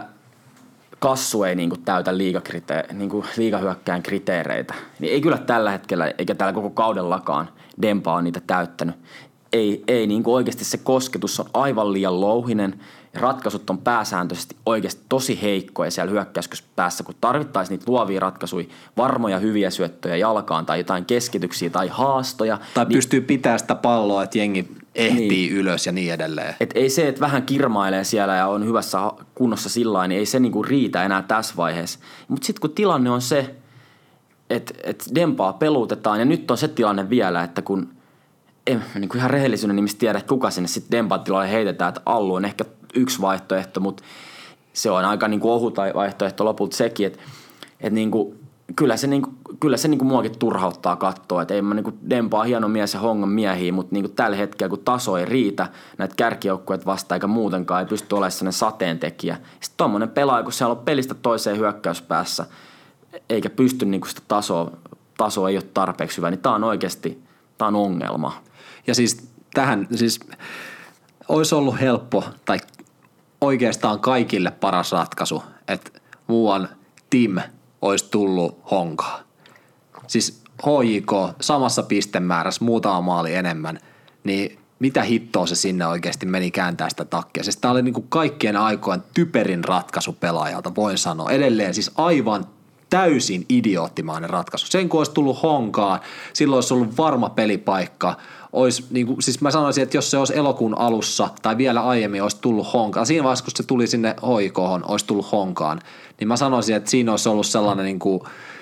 Kassu ei niin kuin täytä liigakrite- niin kuin liigahyökkäjän kriteereitä, niin ei kyllä tällä hetkellä, eikä tällä koko kaudellakaan Dempa on niitä täyttänyt. Ei, ei niin kuin oikeasti se kosketus on aivan liian louhinen ja ratkaisut on pääsääntöisesti oikeasti tosi heikkoja siellä hyökkäyspäässä, kun tarvittaisiin niitä luovia ratkaisuja, varmoja hyviä syöttöjä jalkaan tai jotain keskityksiä tai haastoja. Tai niin, pystyy pitämään sitä palloa, että jengi ehtii niin, ylös ja niin edelleen. Et ei se, että vähän kirmailee siellä ja on hyvässä kunnossa sillain, niin ei se niinku riitä enää tässä vaiheessa. Mutta sitten kun tilanne on se, että et Dempaa pelutetaan ja nyt on se tilanne vielä, että kun en niin kuin ihan rehellisyyden nimissä tiedä, että kuka sinne sitten Dempan tilalle heitetään, että Allu on ehkä yksi vaihtoehto, mutta se on aika niin kuin ohut vaihtoehto lopulta sekin, että, että niin kuin, kyllä se, niin kuin, kyllä se niin kuin muakin turhauttaa katsoa, että ei mä niin kuin Dempa on hieno mies ja Hongan miehiä, mutta niin kuin tällä hetkellä, kun taso ei riitä näitä kärkijoukkueet vasta eikä muutenkaan, ei pysty olemaan sellainen sateentekijä. Sitten tommoinen pelaaja, kun siellä on pelistä toiseen hyökkäyspäässä, eikä pysty niin kuin sitä tasoa, taso ei ole tarpeeksi hyvä, niin tää on oikeasti, tää on ongelma. Ja siis tähän, siis olisi ollut helppo tai oikeastaan kaikille paras ratkaisu, että muuan Tim olisi tullut Honkaan. Siis H J K samassa pistemäärässä, muutama maali enemmän, niin mitä hittoa se sinne oikeasti meni kääntää sitä takkia. Siis tämä oli niinku kaikkien aikojen typerin ratkaisu pelaajalta, voin sanoa. Edelleen siis aivan täysin idioottimainen ratkaisu. Sen kun olisi tullut honkaan, silloin olisi ollut varma pelipaikka. Olisi, niin kuin, siis mä sanoisin, että jos se olisi elokuun alussa tai vielä aiemmin olisi tullut honkaan, siinä vaiheessa kun se tuli sinne H J K:hon, olisi tullut honkaan, niin mä sanoisin, että siinä olisi ollut sellainen, niin kuin,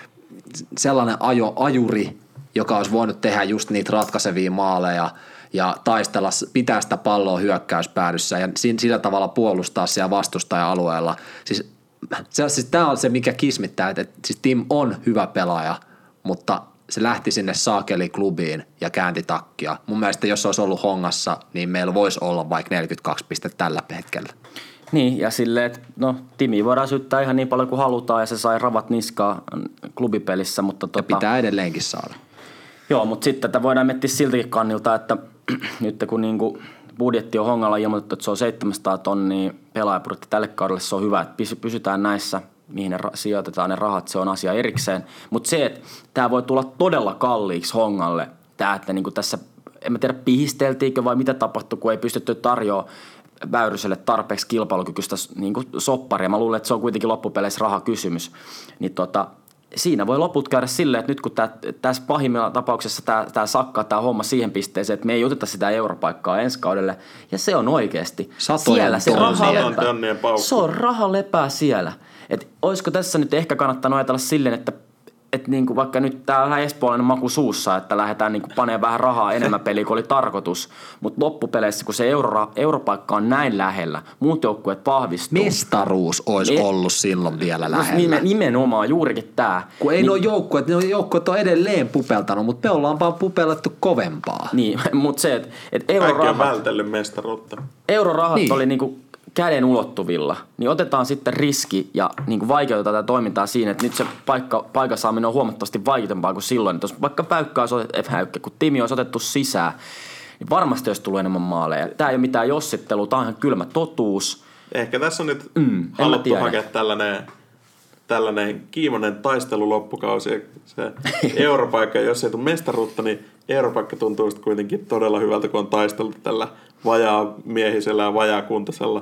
sellainen ajo, ajuri, joka olisi voinut tehdä just niitä ratkaisevia maaleja ja taistella, pitää sitä palloa hyökkäyspäädyssä ja sillä tavalla puolustaa siellä vastustaja-alueella. Siis, se, siis tämä on se, mikä kismittää, että, että siis Tim on hyvä pelaaja, mutta se lähti sinne saakeliklubiin ja käänti takkia. Mun mielestä jos se olisi ollut hongassa, niin meillä voisi olla vaikka neljäkymmentäkaksi pistettä tällä hetkellä. Niin, ja silleen, että no Timi voidaan syyttää ihan niin paljon kuin halutaan ja se sai ravat niskaa klubipelissä, mutta tota, ja pitää edelleenkin saada. Joo, mutta sitten tätä voidaan miettiä siltäkin kannilta, että nyt kun niinku budjetti on hongalla ilmoitettu, että se on seitsemänsataa tonnia pelaajapudjetti tälle kaudelle, se on hyvä, että pysytään näissä, mihin ne ra- sijoitetaan ne rahat, se on asia erikseen. Mutta se, että tämä voi tulla todella kalliiksi hongalle, tämä, että niinku tässä, en mä tiedä pihisteltiinkö vai mitä tapahtui, kun ei pystytty tarjoamaan Väyryselle tarpeeksi kilpailukykyistä niinku sopparia. Mä luulen, että se on kuitenkin loppupeleissä rahakysymys. Niin tota, siinä voi loput käydä silleen, että nyt kun tää, tässä pahimmilla tapauksessa tämä, tämä sakkaa tämä homma siihen pisteeseen, että me ei oteta sitä europaikkaa ensi kaudelle, ja se on oikeasti. Satojen siellä se raha lepää. Se on raha lepää siellä. Et olisiko tässä nyt ehkä kannattanut ajatella silleen, että et niinku vaikka nyt tää on vähän espoolainen maku suussa, että lähdetään niinku panemaan vähän rahaa enemmän peliä kuin oli tarkoitus, mutta loppupeleissä kun se euro, europaikka on näin lähellä, muut joukkueet vahvistuu. Mestaruus olisi Me, ollut silloin vielä lähellä. Nimen, nimenomaan juurikin tää. Kun ei niin, nuo joukkueet, ne joukkueet on edelleen pupeltanut, mutta me ollaan vaan pupellettu kovempaa. Niin, mutta se, että et Kaikki on eurorahat, vältellyt mestaruutta. eurorahat Niin. oli niinku käden ulottuvilla, niin otetaan sitten riski ja niin kuin vaikeutetaan tätä toimintaa siinä, että nyt se paikka, paikan saaminen on huomattavasti vaikeampaa kuin silloin. Että jos vaikka Päykkä olisi otettu, kun Timi olisi otettu sisään, niin varmasti olisi tullut enemmän maaleja. Tämä ei ole mitään jossittelua, tämä on ihan kylmä totuus. Ehkä tässä on nyt Mm, haluttu hakea tällainen, tällainen kiimoinen taistelu loppukausi. Se europaikka, jos ei tule mestaruutta, niin europaikka tuntuu kuitenkin todella hyvältä, kun on taisteltu tällä vajaa miehisellä ja vajaa kuntasella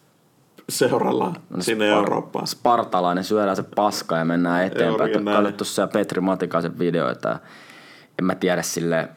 seuralla no, sinne Spar- Eurooppaan. Spartalainen, syödään se paska ja mennään eteenpäin. Juurikin Katsottu siellä Petri Matikaisen videoita ja en mä tiedä silleen.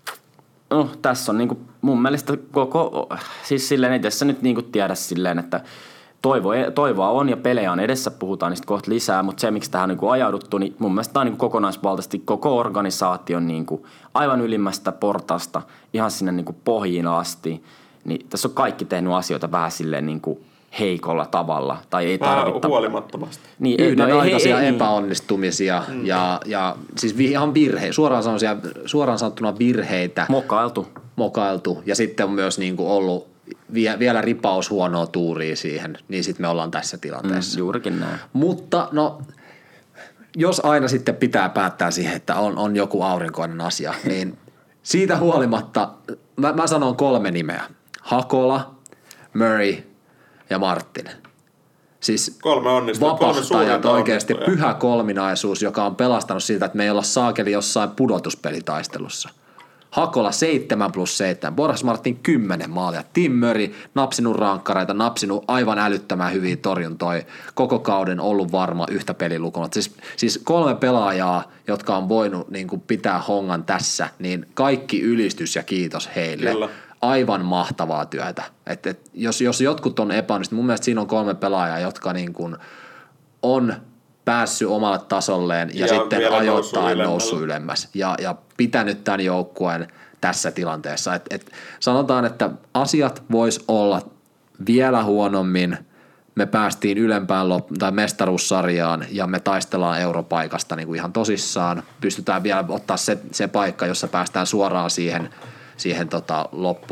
No, tässä on niinku mun mielestä koko, siis silleen ei tässä nyt niinku tiedä silleen, että toivo, toivoa on ja pelejä on edessä, puhutaan niistä kohta lisää, mutta se miksi tähän on niinku ajauduttu, niin mun mielestä tämä on niinku kokonaisvaltaisesti koko organisaation niinku aivan ylimmästä portaasta ihan sinne niinku pohjiin asti. Niin tässä on kaikki tehnyt asioita vähän silleen niinku heikolla tavalla. Tai ei vähän tarvitta... huolimattomasti. Niin, Yhdenaikaisia ei, ei, epäonnistumisia mm. ja, ja siis ihan virhe, suoraan, suoraan sanottuna virheitä. Mokailtu. Mokailtu. Ja sitten on myös niinku ollut vie, vielä ripaus huonoa tuuria siihen, niin sitten me ollaan tässä tilanteessa. Mm, juurikin näin. Mutta no, jos aina sitten pitää päättää siihen, että on, on joku aurinkoinen asia, niin siitä huolimatta mä, mä sanon kolme nimeä. Hakola, Murray ja Martin. Siis kolme onnistunut, kolme vapahtajat oikeasti, onnistuja. pyhä kolminaisuus, joka on pelastanut siltä, että me ei olla saakeli jossain pudotuspelitaistelussa. Hakola seitsemän plus seitsemän, Boris Martin kymmenen maalia, Tim Murray napsinut rankkareita, napsinut aivan älyttömän hyviä torjuntoja, koko kauden ollut varma yhtä pelilukuna. Siis, siis kolme pelaajaa, jotka on voinut niin kuin pitää hongan tässä, niin kaikki ylistys ja kiitos heille. Kyllä. Aivan mahtavaa työtä. Et, et, jos, jos jotkut on epäonnistunut, mun mielestä siinä on kolme pelaajaa, jotka niin kuin on päässyt omalle tasolleen ja, Ja sitten ajoittain noussut noussut ylemmäs ja, ja pitänyt tämän joukkueen tässä tilanteessa. Et, et sanotaan, että asiat vois olla vielä huonommin. Me päästiin ylempään lop- tai mestaruussarjaan ja me taistellaan europaikasta niin kuin ihan tosissaan. Pystytään vielä ottaa se, se paikka, jossa päästään suoraan siihen, siihen tota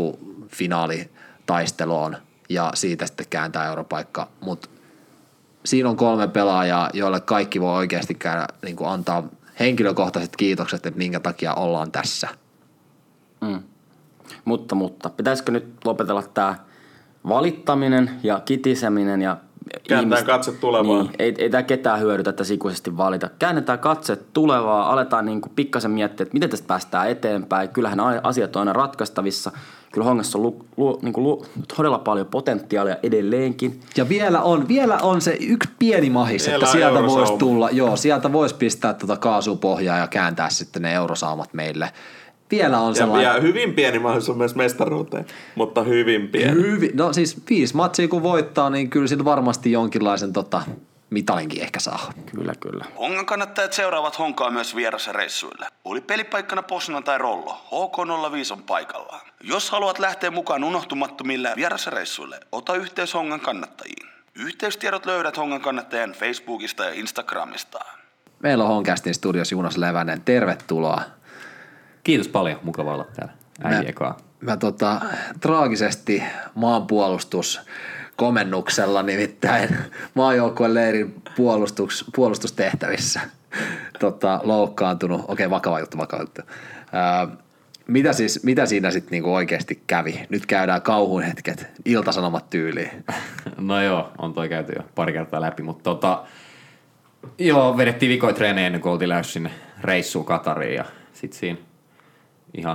loppufinaalitaisteluun ja siitä sitten kääntää europaikka. Mutta siinä on kolme pelaajaa, joille kaikki voi oikeasti käydä, niin kuin antaa henkilökohtaiset kiitokset, että minkä takia ollaan tässä. Mm. Mutta, mutta pitäisikö nyt lopetella tämä valittaminen ja kitiseminen ja Käännetään ihmistä- katse tulevaan. Niin, ei, ei tämä ketään hyödytä, että ikuisesti valita. Käännetään katse tulevaa, aletaan niinku pikkasen miettiä, että miten tästä päästään eteenpäin. Kyllähän asiat on aina ratkaistavissa. Kyllä Hongassa on lu, lu, niinku lu, todella paljon potentiaalia edelleenkin. Ja vielä on, vielä on se yksi pieni mahis, Vielä että sieltä eurosauma. voisi tulla, joo, sieltä voisi pistää tuota kaasupohjaa ja kääntää sitten ne eurosaumat meille. Vielä on Ja sellainen... vielä hyvin pieni mahdollisuus myös mestaruuteen, mutta hyvin pieni. Hyvin, no siis viisi matsia kun voittaa, niin kyllä sillä varmasti jonkinlaisen tota, mitalinkin ehkä saa. Kyllä, kyllä. Hongan kannattajat seuraavat Honkaa myös vierasreissuille. Oli pelipaikkana Poznan tai Rollo, H K nolla viisi on paikallaan. Jos haluat lähteä mukaan unohtumattomille vierasreissuille, ota yhteys Hongan kannattajiin. Yhteystiedot löydät Hongan kannattajien Facebookista ja Instagramista. Meillä on Honcastin studiossa Juunas Levänen, tervetuloa. Kiitos paljon, mukava olla täällä äijäkaa. Mä tota, traagisesti maanpuolustus komennuksella, nimittäin maajoukkueen leirin puolustus, puolustustehtävissä tota, loukkaantunut. Okei, vakava juttu, vakava juttu. Ää, mitä, siis, mitä siinä sitten niinku oikeasti kävi? Nyt käydään kauhun hetket, Ilta-Sanomat tyyliin. No joo, on toi käyty jo pari kertaa läpi, mutta tota, joo, vedettiin vikoja treenejä ennen kuin oltiin lähdössä sinne reissuun Katariin ja sit siinä ihan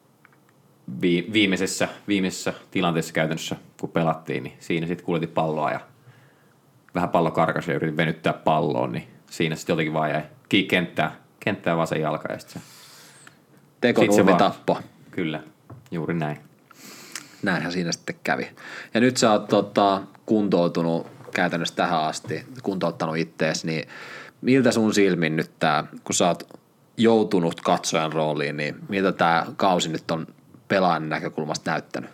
vi- viimeisessä, viimeisessä tilanteessa käytännössä, kun pelattiin, niin siinä sitten kuljetin palloa ja vähän pallo karkasi ja yritin venyttää palloon, niin siinä sitten jotenkin vaan jäi kiinni kenttää, kenttää vasen jalka ja sitten se, Teko sit se ruumi vaan- tappo. Kyllä, juuri näin. Näinhän siinä sitten kävi. Ja nyt sä oot tota, kuntoutunut käytännössä tähän asti, kuntouttanut ittees, niin miltä sun silmin nyt tää, kun sä oot joutunut katsojan rooliin, niin miltä tää kausi nyt on pelaajan näkökulmasta näyttänyt?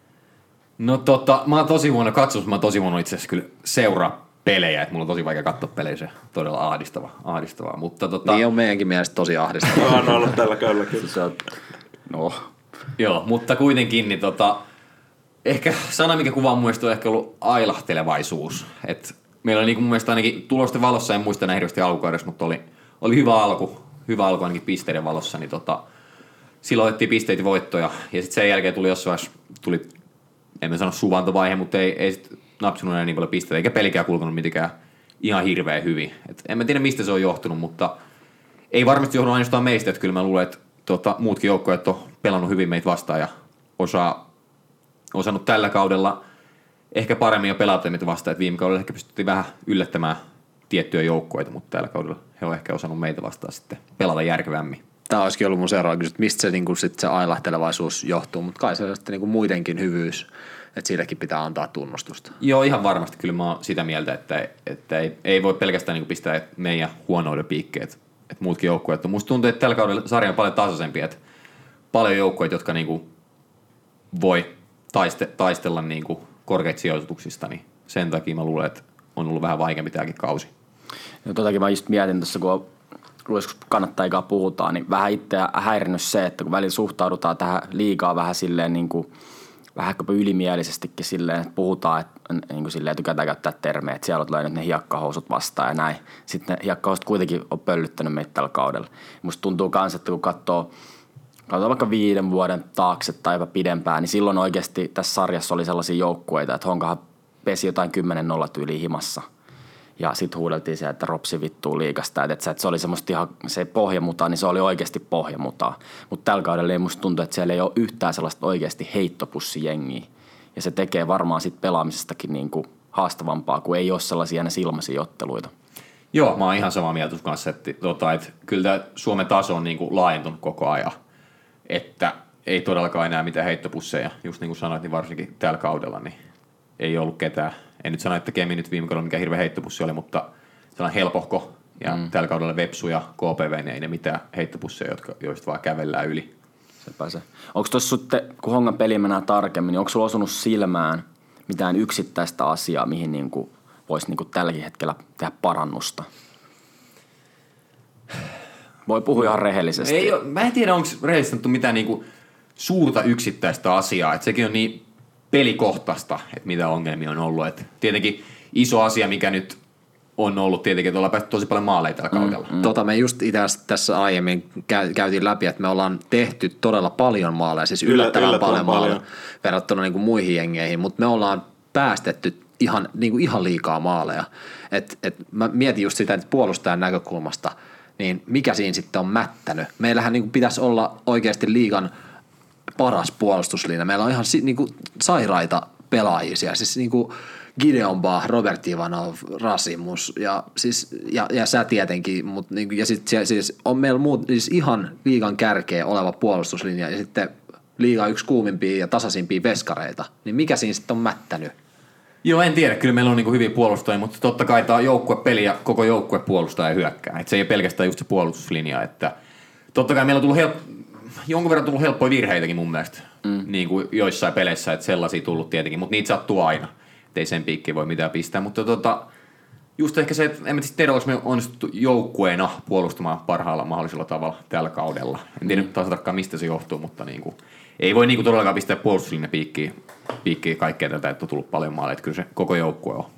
No tota, mä oon tosi huono katsomus, mä oon tosi huono itse asiassa kyllä seuraa pelejä, että mulla on tosi vaikea katsoa pelejä, se todella ahdistava, ahdistavaa, mutta tota, Niin on meidänkin mielestä tosi ahdistavaa. On ollut tällä kaudella kyllä. Se on, no, joo, mutta kuitenkin niin tota, ehkä sana, mikä kuvaa mun mielestä on ehkä ollut ailahtelevaisuus, että meillä oli niin mun mielestä ainakin tulosten valossa, en muista enää hirveästi alkukaudessa, mutta oli, oli hyvä alku, hyvä alku ainakin pisteiden valossa, niin tota, silloin otettiin pisteitä voittoja ja sitten sen jälkeen tuli jossain vaiheessa, tuli, en mä sano suvantovaihe, mutta ei, ei sit napsinut enää niin paljon pisteitä, eikä pelikään kulkenut mitenkään ihan hirveän hyvin. Et en mä tiedä, mistä se on johtunut, mutta ei varmasti johdu ainoastaan meistä, että kyllä mä luulen, että tota, muutkin joukkueet on pelannut hyvin meitä vastaan ja osaa, osannut tällä kaudella ehkä paremmin jo pelata meitä vastaan, että viime kaudella ehkä pystyttiin vähän yllättämään tiettyjä joukkueita, mutta tällä kaudella he on ehkä osannut meitä vastaan sitten pelata järkevämmin. Tämä olisikin ollut mun seuraava kysymys, että mistä se, niin sit se ailahtelevaisuus johtuu, mutta kai se on sitten niin muidenkin hyvyys, että sillekin pitää antaa tunnustusta. Joo, ihan varmasti. Kyllä mä oon sitä mieltä, että, että ei, ei voi pelkästään niin pistää meidän huonouden piikkeet, että muutkin joukkueet on. Musta tuntuu, että tällä kaudella sarja on paljon tasaisempi, että paljon joukkueita, jotka niin kuin voi taiste, taistella niin kuin korkeita sijoituksista, niin sen takia mä luulen, että on ollut vähän vaikeampi tämäkin kausi. ja totakin mä just mietin tässä, kun joskus kannattajikaan puhutaan, niin vähän itseä häirinnyt se, että kun välillä suhtaudutaan tähän liigaa vähän silleen niin kuin, vähän ylimielisettikin silleen, että puhutaan, että niin kuin silleen tykätään käyttää termejä, että siellä olet löynyt ne hiekkahousut vastaan ja näin. Sitten ne hiekkahousut kuitenkin on pöllyttänyt meitä tällä kaudella. Musta tuntuu kans, että kun katsoo, katsoo vaikka viiden vuoden taakse tai jopa pidempään, niin silloin oikeasti tässä sarjassa oli sellaisia joukkueita, että Honkahan pesi jotain kymmenen nolla tyyliä himassa. Ja sitten huudeltiin siellä, että Ropsi vittuu liikasta. Että, että se oli semmoista ihan, se pohjamuta, niin se oli oikeasti pohjamutaa. Mutta tällä kaudella ei musta tuntuu, että siellä ei ole yhtään sellaista oikeasti heittopussijengiä. Ja se tekee varmaan sit pelaamisestakin niinku haastavampaa, kun ei ole sellaisia aina silmaisia otteluita. Joo, mä oon ihan samaa mieltä sun kanssa, että, tota, että kyllä tämä Suomen taso on niin kuin laajentunut koko ajan. Että ei todellakaan enää mitään heittopusseja. Just niin kuin sanoit, niin varsinkin tällä kaudella niin ei ollut ketään. En nyt sano, että Kemi nyt viime kaudella mikä hirveä heittopussi oli, mutta sellainen helpohko. Ja mm. tällä kaudella Vepsu ja K P V, niin ei ne mitään heittopusseja, jotka, joista vaan kävellään yli. Sepä se. Onko tuossa sitten, kun Hongan peli mennään tarkemmin, niin onko sulla osunut silmään mitään yksittäistä asiaa, mihin niinku voisi niinku tälläkin hetkellä tehdä parannusta? Voi puhua ihan rehellisesti. Ei ole, mä en tiedä, onko rehellisesti mitään niinku suurta yksittäistä asiaa. Et sekin on niin pelikohtaista, että mitä ongelmia on ollut. Et tietenkin iso asia, mikä nyt on ollut tietenkin, että ollaan päästy tosi paljon maaleja tällä kaudella. Mm. Tota me just itse tässä aiemmin käy, käytiin läpi, että me ollaan tehty todella paljon maaleja, siis yllättävän, yllättävän paljon, paljon maaleja verrattuna niin kuin muihin jengeihin, mutta me ollaan päästetty ihan, niin kuin ihan liikaa maaleja. Et, et mä mietin just sitä, että puolustajan näkökulmasta, niin mikä siinä sitten on mättänyt? Meillähän niin kuin pitäisi olla oikeasti liigan paras puolustuslinja. Meillä on ihan niin kuin sairaita pelaajia siellä. Siis niin kuin Gideon Bah, Robert Ivanov, Rasimus ja, siis, ja, ja sä tietenkin, mutta niin, ja sitten siis on meillä muut, siis ihan liigan kärkeä oleva puolustuslinja ja sitten liiga yksi kuumimpia ja tasaisimpia veskareita, niin mikä siinä sitten on mättänyt? Joo, en tiedä. Kyllä meillä on niinku hyviä puolustajia, mutta totta kai tämä joukkuepeli ja koko joukkue puolustaa ja hyökkää. Et se ei ole pelkästään just se puolustuslinja. Että totta kai meillä on tullut help- jonkun verran tullut helppoja virheitäkin mun mielestä mm. niin kuin joissain peleissä, että sellaisia tullut tietenkin, mutta niitä sattuu aina. Ei sen piikkiin voi mitään pistää, mutta tota, just ehkä se, että en mä tiedä, onko me onnistuttu joukkueena puolustamaan parhaalla mahdollisella tavalla tällä kaudella. En tiedä mm. taas tarkkaan, mistä se johtuu, mutta niinku, ei voi niinku todellakaan pistää puolustuslinjan piikkiin, piikkiin kaikkea tätä, että on tullut paljon maaleja, että kyllä se koko joukkue on.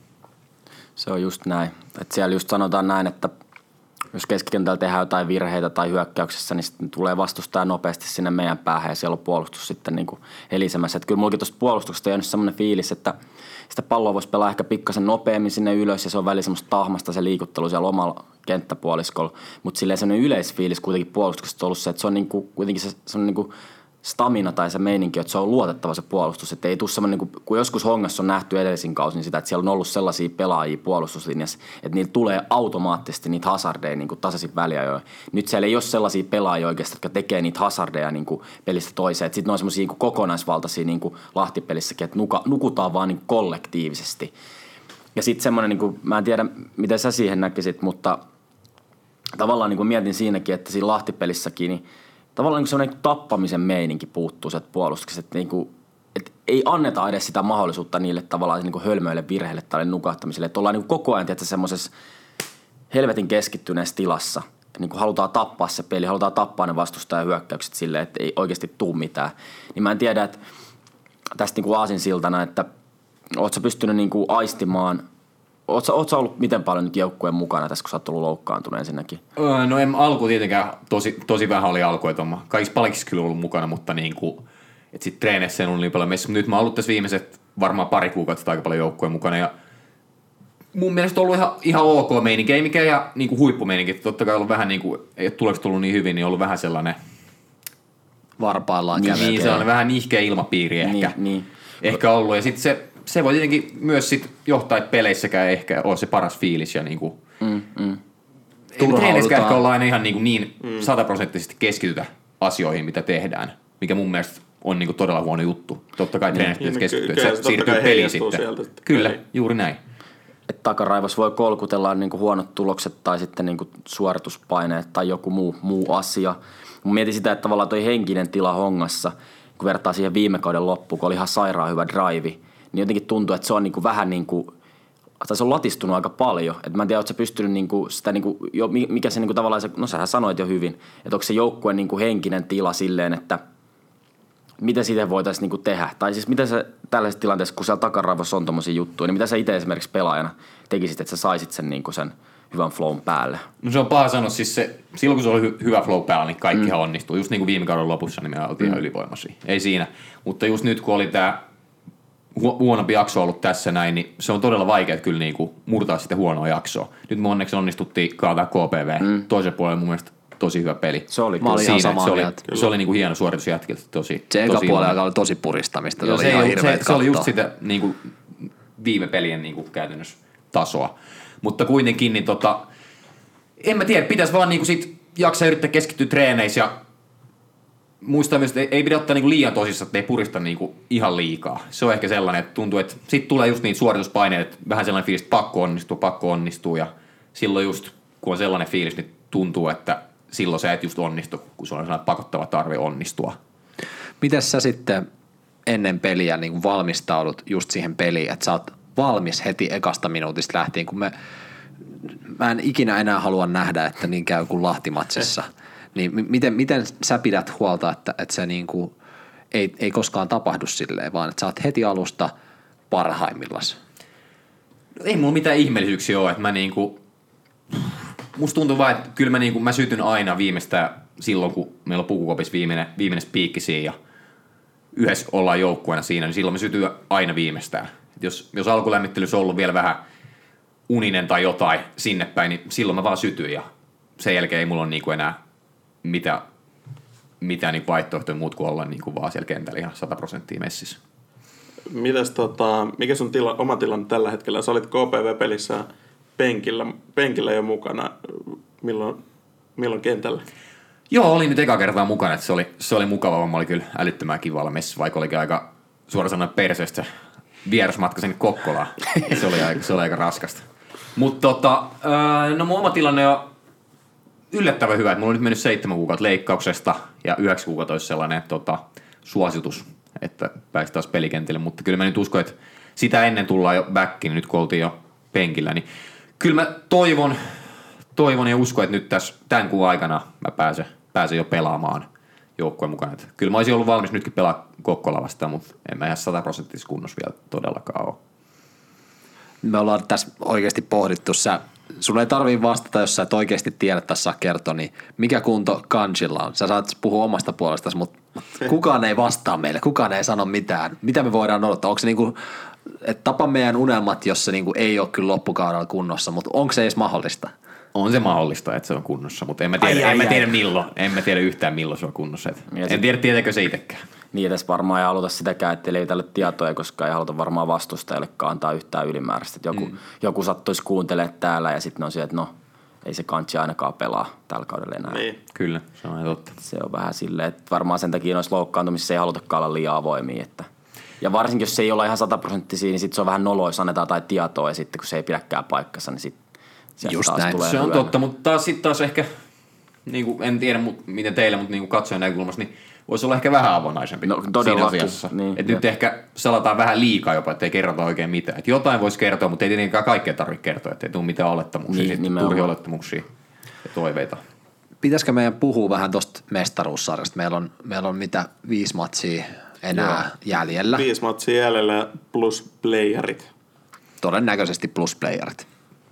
Se on just näin. Että siellä just sanotaan näin, että jos keskikentällä tehdään jotain virheitä tai hyökkäyksessä, niin sitten tulee vastustaja nopeasti sinne meidän päähän ja siellä on puolustus sitten niin kuin helisemässä. Että kyllä mullakin tuosta puolustuksesta on jäänyt semmoinen fiilis, että sitä palloa voisi pelaa ehkä pikkasen nopeammin sinne ylös ja se on välillä semmoista tahmasta se liikuttelu siellä omalla kenttäpuoliskolla. Mutta silleen semmoinen yleisfiilis kuitenkin puolustuksesta on ollut se, että se on niin kuin, kuitenkin se, se on niin kuin stamina tai se meininki, että se on luotettava se puolustus. Että ei tule semmoinen, niin kun joskus Hongassa on nähty edellisin kausin niin sitä, että siellä on ollut sellaisia pelaajia puolustuslinjassa, että niillä tulee automaattisesti niitä hazardeja niin tasaisin väliä. Nyt siellä ei ole sellaisia pelaajia oikeasti, jotka tekee niitä hazardeja niin pelistä toiseen. Sitten ne on semmoisia niin kokonaisvaltaisia niin Lahtipelissäkin, että nuka, nukutaan vaan niin kollektiivisesti. Ja sitten semmoinen, niin kuin, mä en tiedä miten sä siihen näkisit, mutta tavallaan niin mietin siinäkin, että siinä Lahtipelissäkin niin tavallaan niin sellainen tappamisen meininki puuttuu sieltä puolustuksesta, että, niin kuin, että ei anneta edes sitä mahdollisuutta niille tavallaan niin kuin hölmöille virheille tai nukahtamiselle. Että ollaan niin kuin koko ajan tietysti semmoisessa helvetin keskittyneessä tilassa. Niin kuin halutaan tappaa se peli, halutaan tappaa ne vastustajan hyökkäykset silleen, että ei oikeasti tule mitään. Niin mä en tiedä, että tästä niin kuin aasinsiltana, että ootko sä pystynyt niin kuin aistimaan. Oletko, oletko ollut miten paljon nyt joukkueen mukana tässä, kun sä oot ollut loukkaantunut ensinnäkin? Öö, no en alku tietenkään, tosi, tosi vähän oli alku, että on kaikissa palkissa kyllä ollut mukana, mutta niin kuin, että sit treeneissä en ollut niin paljon meissä. Mutta nyt mä oon ollut tässä viimeiset varmaan pari kuukautta aika paljon joukkueen mukana ja mun mielestä on ollut ihan, ihan ok meininki, ei mikään ihan niin kuin huippumeininki. Totta kai ollut vähän niin kuin, ei ole tuleeksi tullut niin hyvin, niin on ollut vähän sellainen varpaillaan kävetä. Niin, sellainen vähän nihkeä ilmapiiri ehkä, niin, niin. ehkä ollut. Ja sitten se Se voi tietenkin myös sit johtaa, että peleissäkään ehkä ole se paras fiilis ja niinku mm, mm. treeneiskään ehkä ollaan aina ihan niinku niin sataprosenttisesti keskitytä asioihin, mitä tehdään, mikä mun mielestä on niinku todella huono juttu. Totta kai treeneissä pitäisi keskittyä, että se siirtyy peliin sitten. Kyllä, peli. Juuri näin. Et takaraivos voi kolkutella niinku huonot tulokset tai sitten niinku suorituspaineet tai joku muu, muu asia. Mä mietin sitä, että tavallaan toi henkinen tila Hongassa, kun vertaa siihen viime kauden loppuun, kun oli ihan sairaan hyvä drive, niin jotenkin tuntuu, että se on niinku vähän niin kuin, tai se on latistunut aika paljon. Et mä en tiedä, ootko sä pystynyt niinku sitä, niinku, jo, mikä se niinku tavallaan, se, no sähän sanoit jo hyvin, että onko se joukkueen niinku henkinen tila silleen, että miten siitä voitaisiin niinku tehdä. Tai siis miten sä tällaisessa tilanteessa, kun siellä takaraivossa on tommosia juttuja, niin mitä sä itse esimerkiksi pelaajana tekisit, että sä saisit sen, niinku sen hyvän flown päälle? No se on paha sanoa, siis se, silloin kun se oli hy- hyvä flow päällä, niin kaikkihan mm. onnistuu. Just niin kuin viime kauden lopussa, niin me oltiin mm. ihan ylivoimaisia. Ei siinä. Mutta just nyt, kun oli tää huonompi jakso ollut tässä näin, niin se on todella vaikea kyllä niinku murtaa sitä huonoa jaksoa. Nyt me onneksi onnistuttiin kaataa K P V. Mm. Toisen puolella mun mielestä tosi hyvä peli. Se oli, mä olin ihan samaa se oli, mieltä. se oli niinku hieno suoritus jätkiltä. Tosi, se eka tosi puolella oli tosi puristamista. Joo, se, oli ihan se, se oli just sitä niinku, viime pelien niinku, käytännössä tasoa. Mutta kuitenkin, niin tota, en mä tiedä, pitäisi vaan niinku sit jaksaa yrittää keskittyä treeneissä ja muistaa myös, että ei pidä ottaa niinku liian tosissaan, että ei purista niinku ihan liikaa. Se on ehkä sellainen, että tuntuu, että sitten tulee just niitä suorituspaineita, vähän sellainen fiilis, että pakko onnistuu, pakko onnistuu. Ja silloin just, kun on sellainen fiilis, niin tuntuu, että silloin sä et just onnistu, kun sulla on sellainen pakottava tarve onnistua. Mites sä sitten ennen peliä niin valmistaudut just siihen peliin, että sä oot valmis heti ekasta minuutista lähtien, kun me, mä en ikinä enää halua nähdä, että niin käy kuin Lahtimatsissa. Niin miten, miten sä pidät huolta, että, että se niin kuin ei, ei koskaan tapahdu silleen, vaan että sä oot heti alusta parhaimmillas? No ei mulla mitään ihmeellisyyksiä ole, että mä niinku, musta tuntuu vaan, että kyllä mä, niinku, mä sytyn aina viimeistään silloin, kun meillä on Pukukopissa viimeinen, viimeinen spiikki siinä ja yhdessä ollaan joukkueena siinä, niin silloin mä sytyn aina viimeistään. jos, jos alkulämmittelyssä on ollut vielä vähän uninen tai jotain sinne päin, niin silloin mä vaan sytyin ja sen jälkeen ei mulla ole niinku enää mitään, mitään niinku vaihtoehtoja muut kuin olla niinku vaan siellä kentällä ihan sata prosenttia messissä. Mitäs tota, mikä sun tila, oma tilanne tällä hetkellä? Sä olit K P V-pelissä penkillä, penkillä jo mukana. Milloin, milloin kentällä? Joo, olin nyt eka kertaa mukana, että se oli, se oli mukava, mä olin kyllä älyttömän kivalla messissä, vaikka olikin aika suoraan sanoen perseestä vierasmatka sinne Kokkolaan. Se oli aika, se oli aika raskasta. Mutta tota, no mun oma tilanne on yllättävän hyvä, että mulla on nyt mennyt seitsemän kuukautta leikkauksesta ja yhdeksän kuukautta olisi sellainen tota, suositus, että pääsi taas pelikentille, mutta kyllä mä nyt uskon, että sitä ennen tullaan jo backiin, nyt kun oltiin jo penkillä, niin kyllä mä toivon, toivon ja uskon, että nyt tässä tämän kuun aikana mä pääsen, pääsen jo pelaamaan joukkueen mukana. Että kyllä mä olisin ollut valmis nytkin pelaa Kokkola vastaan, mutta en mä ihan sataprosenttisessa kunnossa vielä todellakaan ole. Me ollaan tässä oikeasti pohdittu, sä, sun ei tarvii vastata, jos sä et oikeasti tiedä tässä saa kertoa, niin mikä kunto Kanjilla on? Sä saat puhua omasta puolestasi, mutta kukaan ei vastaa meille, kukaan ei sano mitään. Mitä me voidaan odottaa? Onko se niinku, että tapa meidän unelmat, jos se niinku ei ole kyllä loppukaudella kunnossa, mutta onko se edes mahdollista? On se mahdollista, että se on kunnossa, mutta en mä tiedä, ai, ai, en mä tiedä ai. milloin. En mä tiedä yhtään milloin se on kunnossa. En sit, tiedä, tietääkö se itsekään. Niin, tässä varmaan ei haluta sitäkään, että ei tälle tietoja, koska ei haluta varmaan vastustajallekaan antaa yhtään ylimääräistä. Että joku, mm. joku sattuisi kuuntelemaan täällä ja sitten on se, että no, ei se Kanchi ainakaan pelaa tällä kaudella enää. Niin. Kyllä, se on totta. Se on vähän silleen, että varmaan sen takia noissa loukkaantumisissa ei halutakaan olla liian avoimia. Että. Ja varsinkin, jos se ei ole ihan sataprosenttisia, niin sitten se on vähän noloa, jos annetaan tai tietoa ja sitten kun se ei pidäkään paikkansa, niin sitten just näin. Se on totta, mutta taas sitten taas ehkä, niin kuin, en tiedä mut, miten teillä, mutta niin katsojan näkökulmassa, niin voisi olla ehkä vähän avonaisempi no, siinä asiassa. Niin, että nyt ehkä salataan vähän liikaa jopa, ettei kerrota oikein mitään. Et jotain voisi kertoa, mutta ei tietenkään kaikkea tarvitse kertoa, ettei tule mitään olettamuksia, niin, turhia olettamuksia ja toiveita. Pitäisikö meidän puhua vähän tuosta mestaruussarjasta? Meillä on, meillä on mitä viisi matsia enää Joo. jäljellä. Viisi matsia jäljellä plus playerit. Todennäköisesti plus playerit.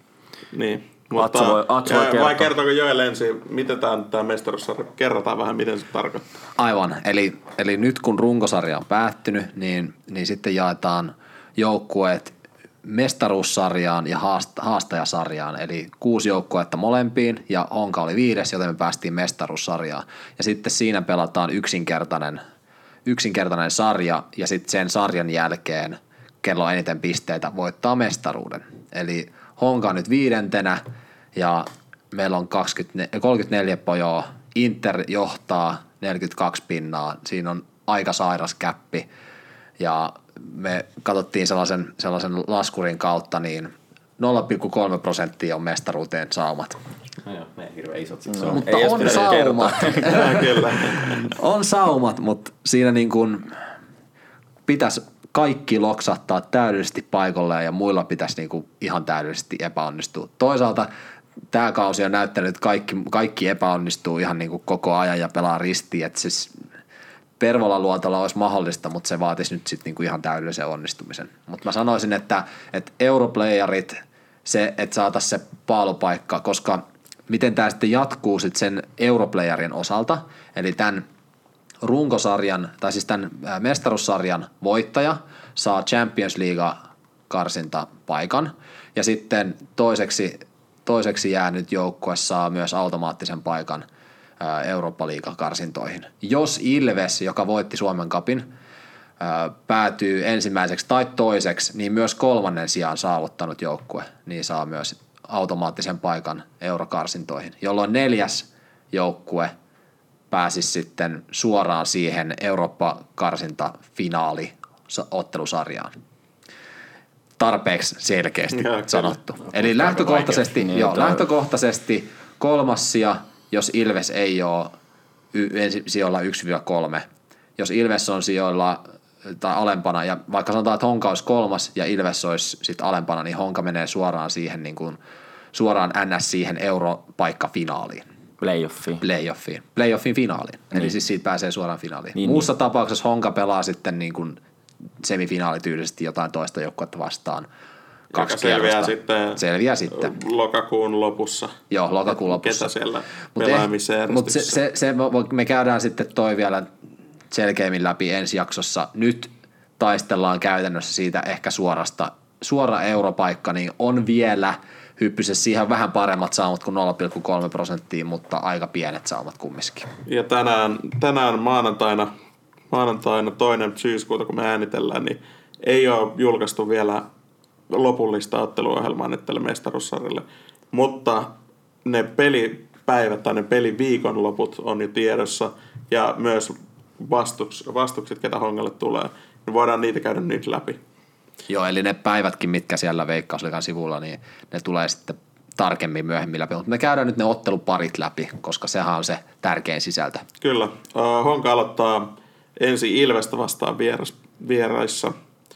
Niin, mutta Atso voi, Atso voi vai kertooko Joel ensin, miten tämä, tämä mestaruussarja, kerrotaan vähän, miten se tarkoittaa. Aivan, eli, eli nyt kun runkosarja on päättynyt, niin, niin sitten jaetaan joukkueet mestaruussarjaan ja haast, haastajasarjaan, eli kuusi joukkuetta molempiin, ja Honka oli viides, joten me päästiin mestaruussarjaan. Ja sitten siinä pelataan yksinkertainen, yksinkertainen sarja, ja sitten sen sarjan jälkeen, kello on eniten pisteitä, voittaa mestaruuden. Eli Honka on nyt viidentenä ja meillä on kaksikymmentä, kolmekymmentäneljä pojoa. Inter johtaa neljäkymmentäkaksi pinnaa. Siinä on aika sairas käppi ja me katsottiin sellaisen, sellaisen laskurin kautta, niin nolla pilkku kolme prosenttia on mestaruuteen saumat. No joo, ne hirveän isot sit no, on. Mutta on saumat. on saumat, mutta siinä niin kuin pitäisi kaikki loksahtaa täydellisesti paikalleen ja muilla pitäisi niinku ihan täydellisesti epäonnistua. Toisaalta tämä kausi on näyttänyt, että kaikki, kaikki epäonnistuu ihan niinku koko ajan ja pelaa ristiin. Että siis Pervola-luotolla olisi mahdollista, mutta se vaatisi nyt sitten niinku ihan täydellisen onnistumisen. Mutta mä sanoisin, että, että europlayerit, se, että saataisiin se paalupaikka, koska miten tämä sitten jatkuu sitten sen europlayerien osalta, eli tämän runkosarjan, tai siis tämän mestaruussarjan voittaja saa Champions League-karsintapaikan, ja sitten toiseksi, toiseksi jäänyt joukkue saa myös automaattisen paikan Eurooppa-liiga-karsintoihin. Jos Ilves, joka voitti Suomen Cupin, päätyy ensimmäiseksi tai toiseksi, niin myös kolmannen sijaan saavuttanut joukkue, niin saa myös automaattisen paikan eurokarsintoihin, jolloin neljäs joukkue pääsisi sitten suoraan siihen Eurooppa-karsinta-finaali-ottelusarjaan. Tarpeeksi selkeästi ja, sanottu. No, eli lähtökohtaisesti, niin, joo, lähtökohtaisesti kolmas sija, jos Ilves ei ole y- sijoilla yksi kolme. Jos Ilves on sijoilla tai alempana, ja vaikka sanotaan, että Honka olisi kolmas ja Ilves olisi sitten alempana, niin Honka menee suoraan siihen, niin kuin, suoraan ns. Siihen europaikkafinaaliin. Playoffiin. Playoffiin. Playoffin finaaliin. Niin. Eli siis siitä pääsee suoraan finaaliin. Niin, Muussa niin. tapauksessa Honka pelaa sitten niin kuin semifinaalityylisesti jotain toista joukkuetta vastaan. Kaksi selviää sitten, selviää sitten lokakuun lopussa. Joo, lokakuun lopussa. Ketä siellä pelaa missä järjestyksessä. Mutta se, se, se, me käydään sitten toi vielä selkeämmin läpi ensi jaksossa. Nyt taistellaan käytännössä siitä ehkä suorasta, suora europaikka, niin on vielä hyppysessä siihen vähän paremmat saumat kuin nolla pilkku kolme prosenttia, mutta aika pienet saumat kumminkin. Ja tänään, tänään maanantaina, maanantaina toinen syyskuuta, kun me äänitellään, niin ei ole julkaistu vielä lopullista otteluohjelmaa nyt tälle mestaruussarjalle, mutta ne pelipäivät tai ne peliviikonloput on jo tiedossa ja myös vastuks, vastukset, ketä Hongalle tulee, niin voidaan niitä käydä nyt läpi. Joo, eli ne päivätkin, mitkä siellä Veikkausliigan sivulla, niin ne tulee sitten tarkemmin myöhemmin läpi. Mutta me käydään nyt ne otteluparit läpi, koska sehän on se tärkein sisältö. Kyllä. Honka aloittaa ensin Ilvestä vastaan vieras, vieraissa.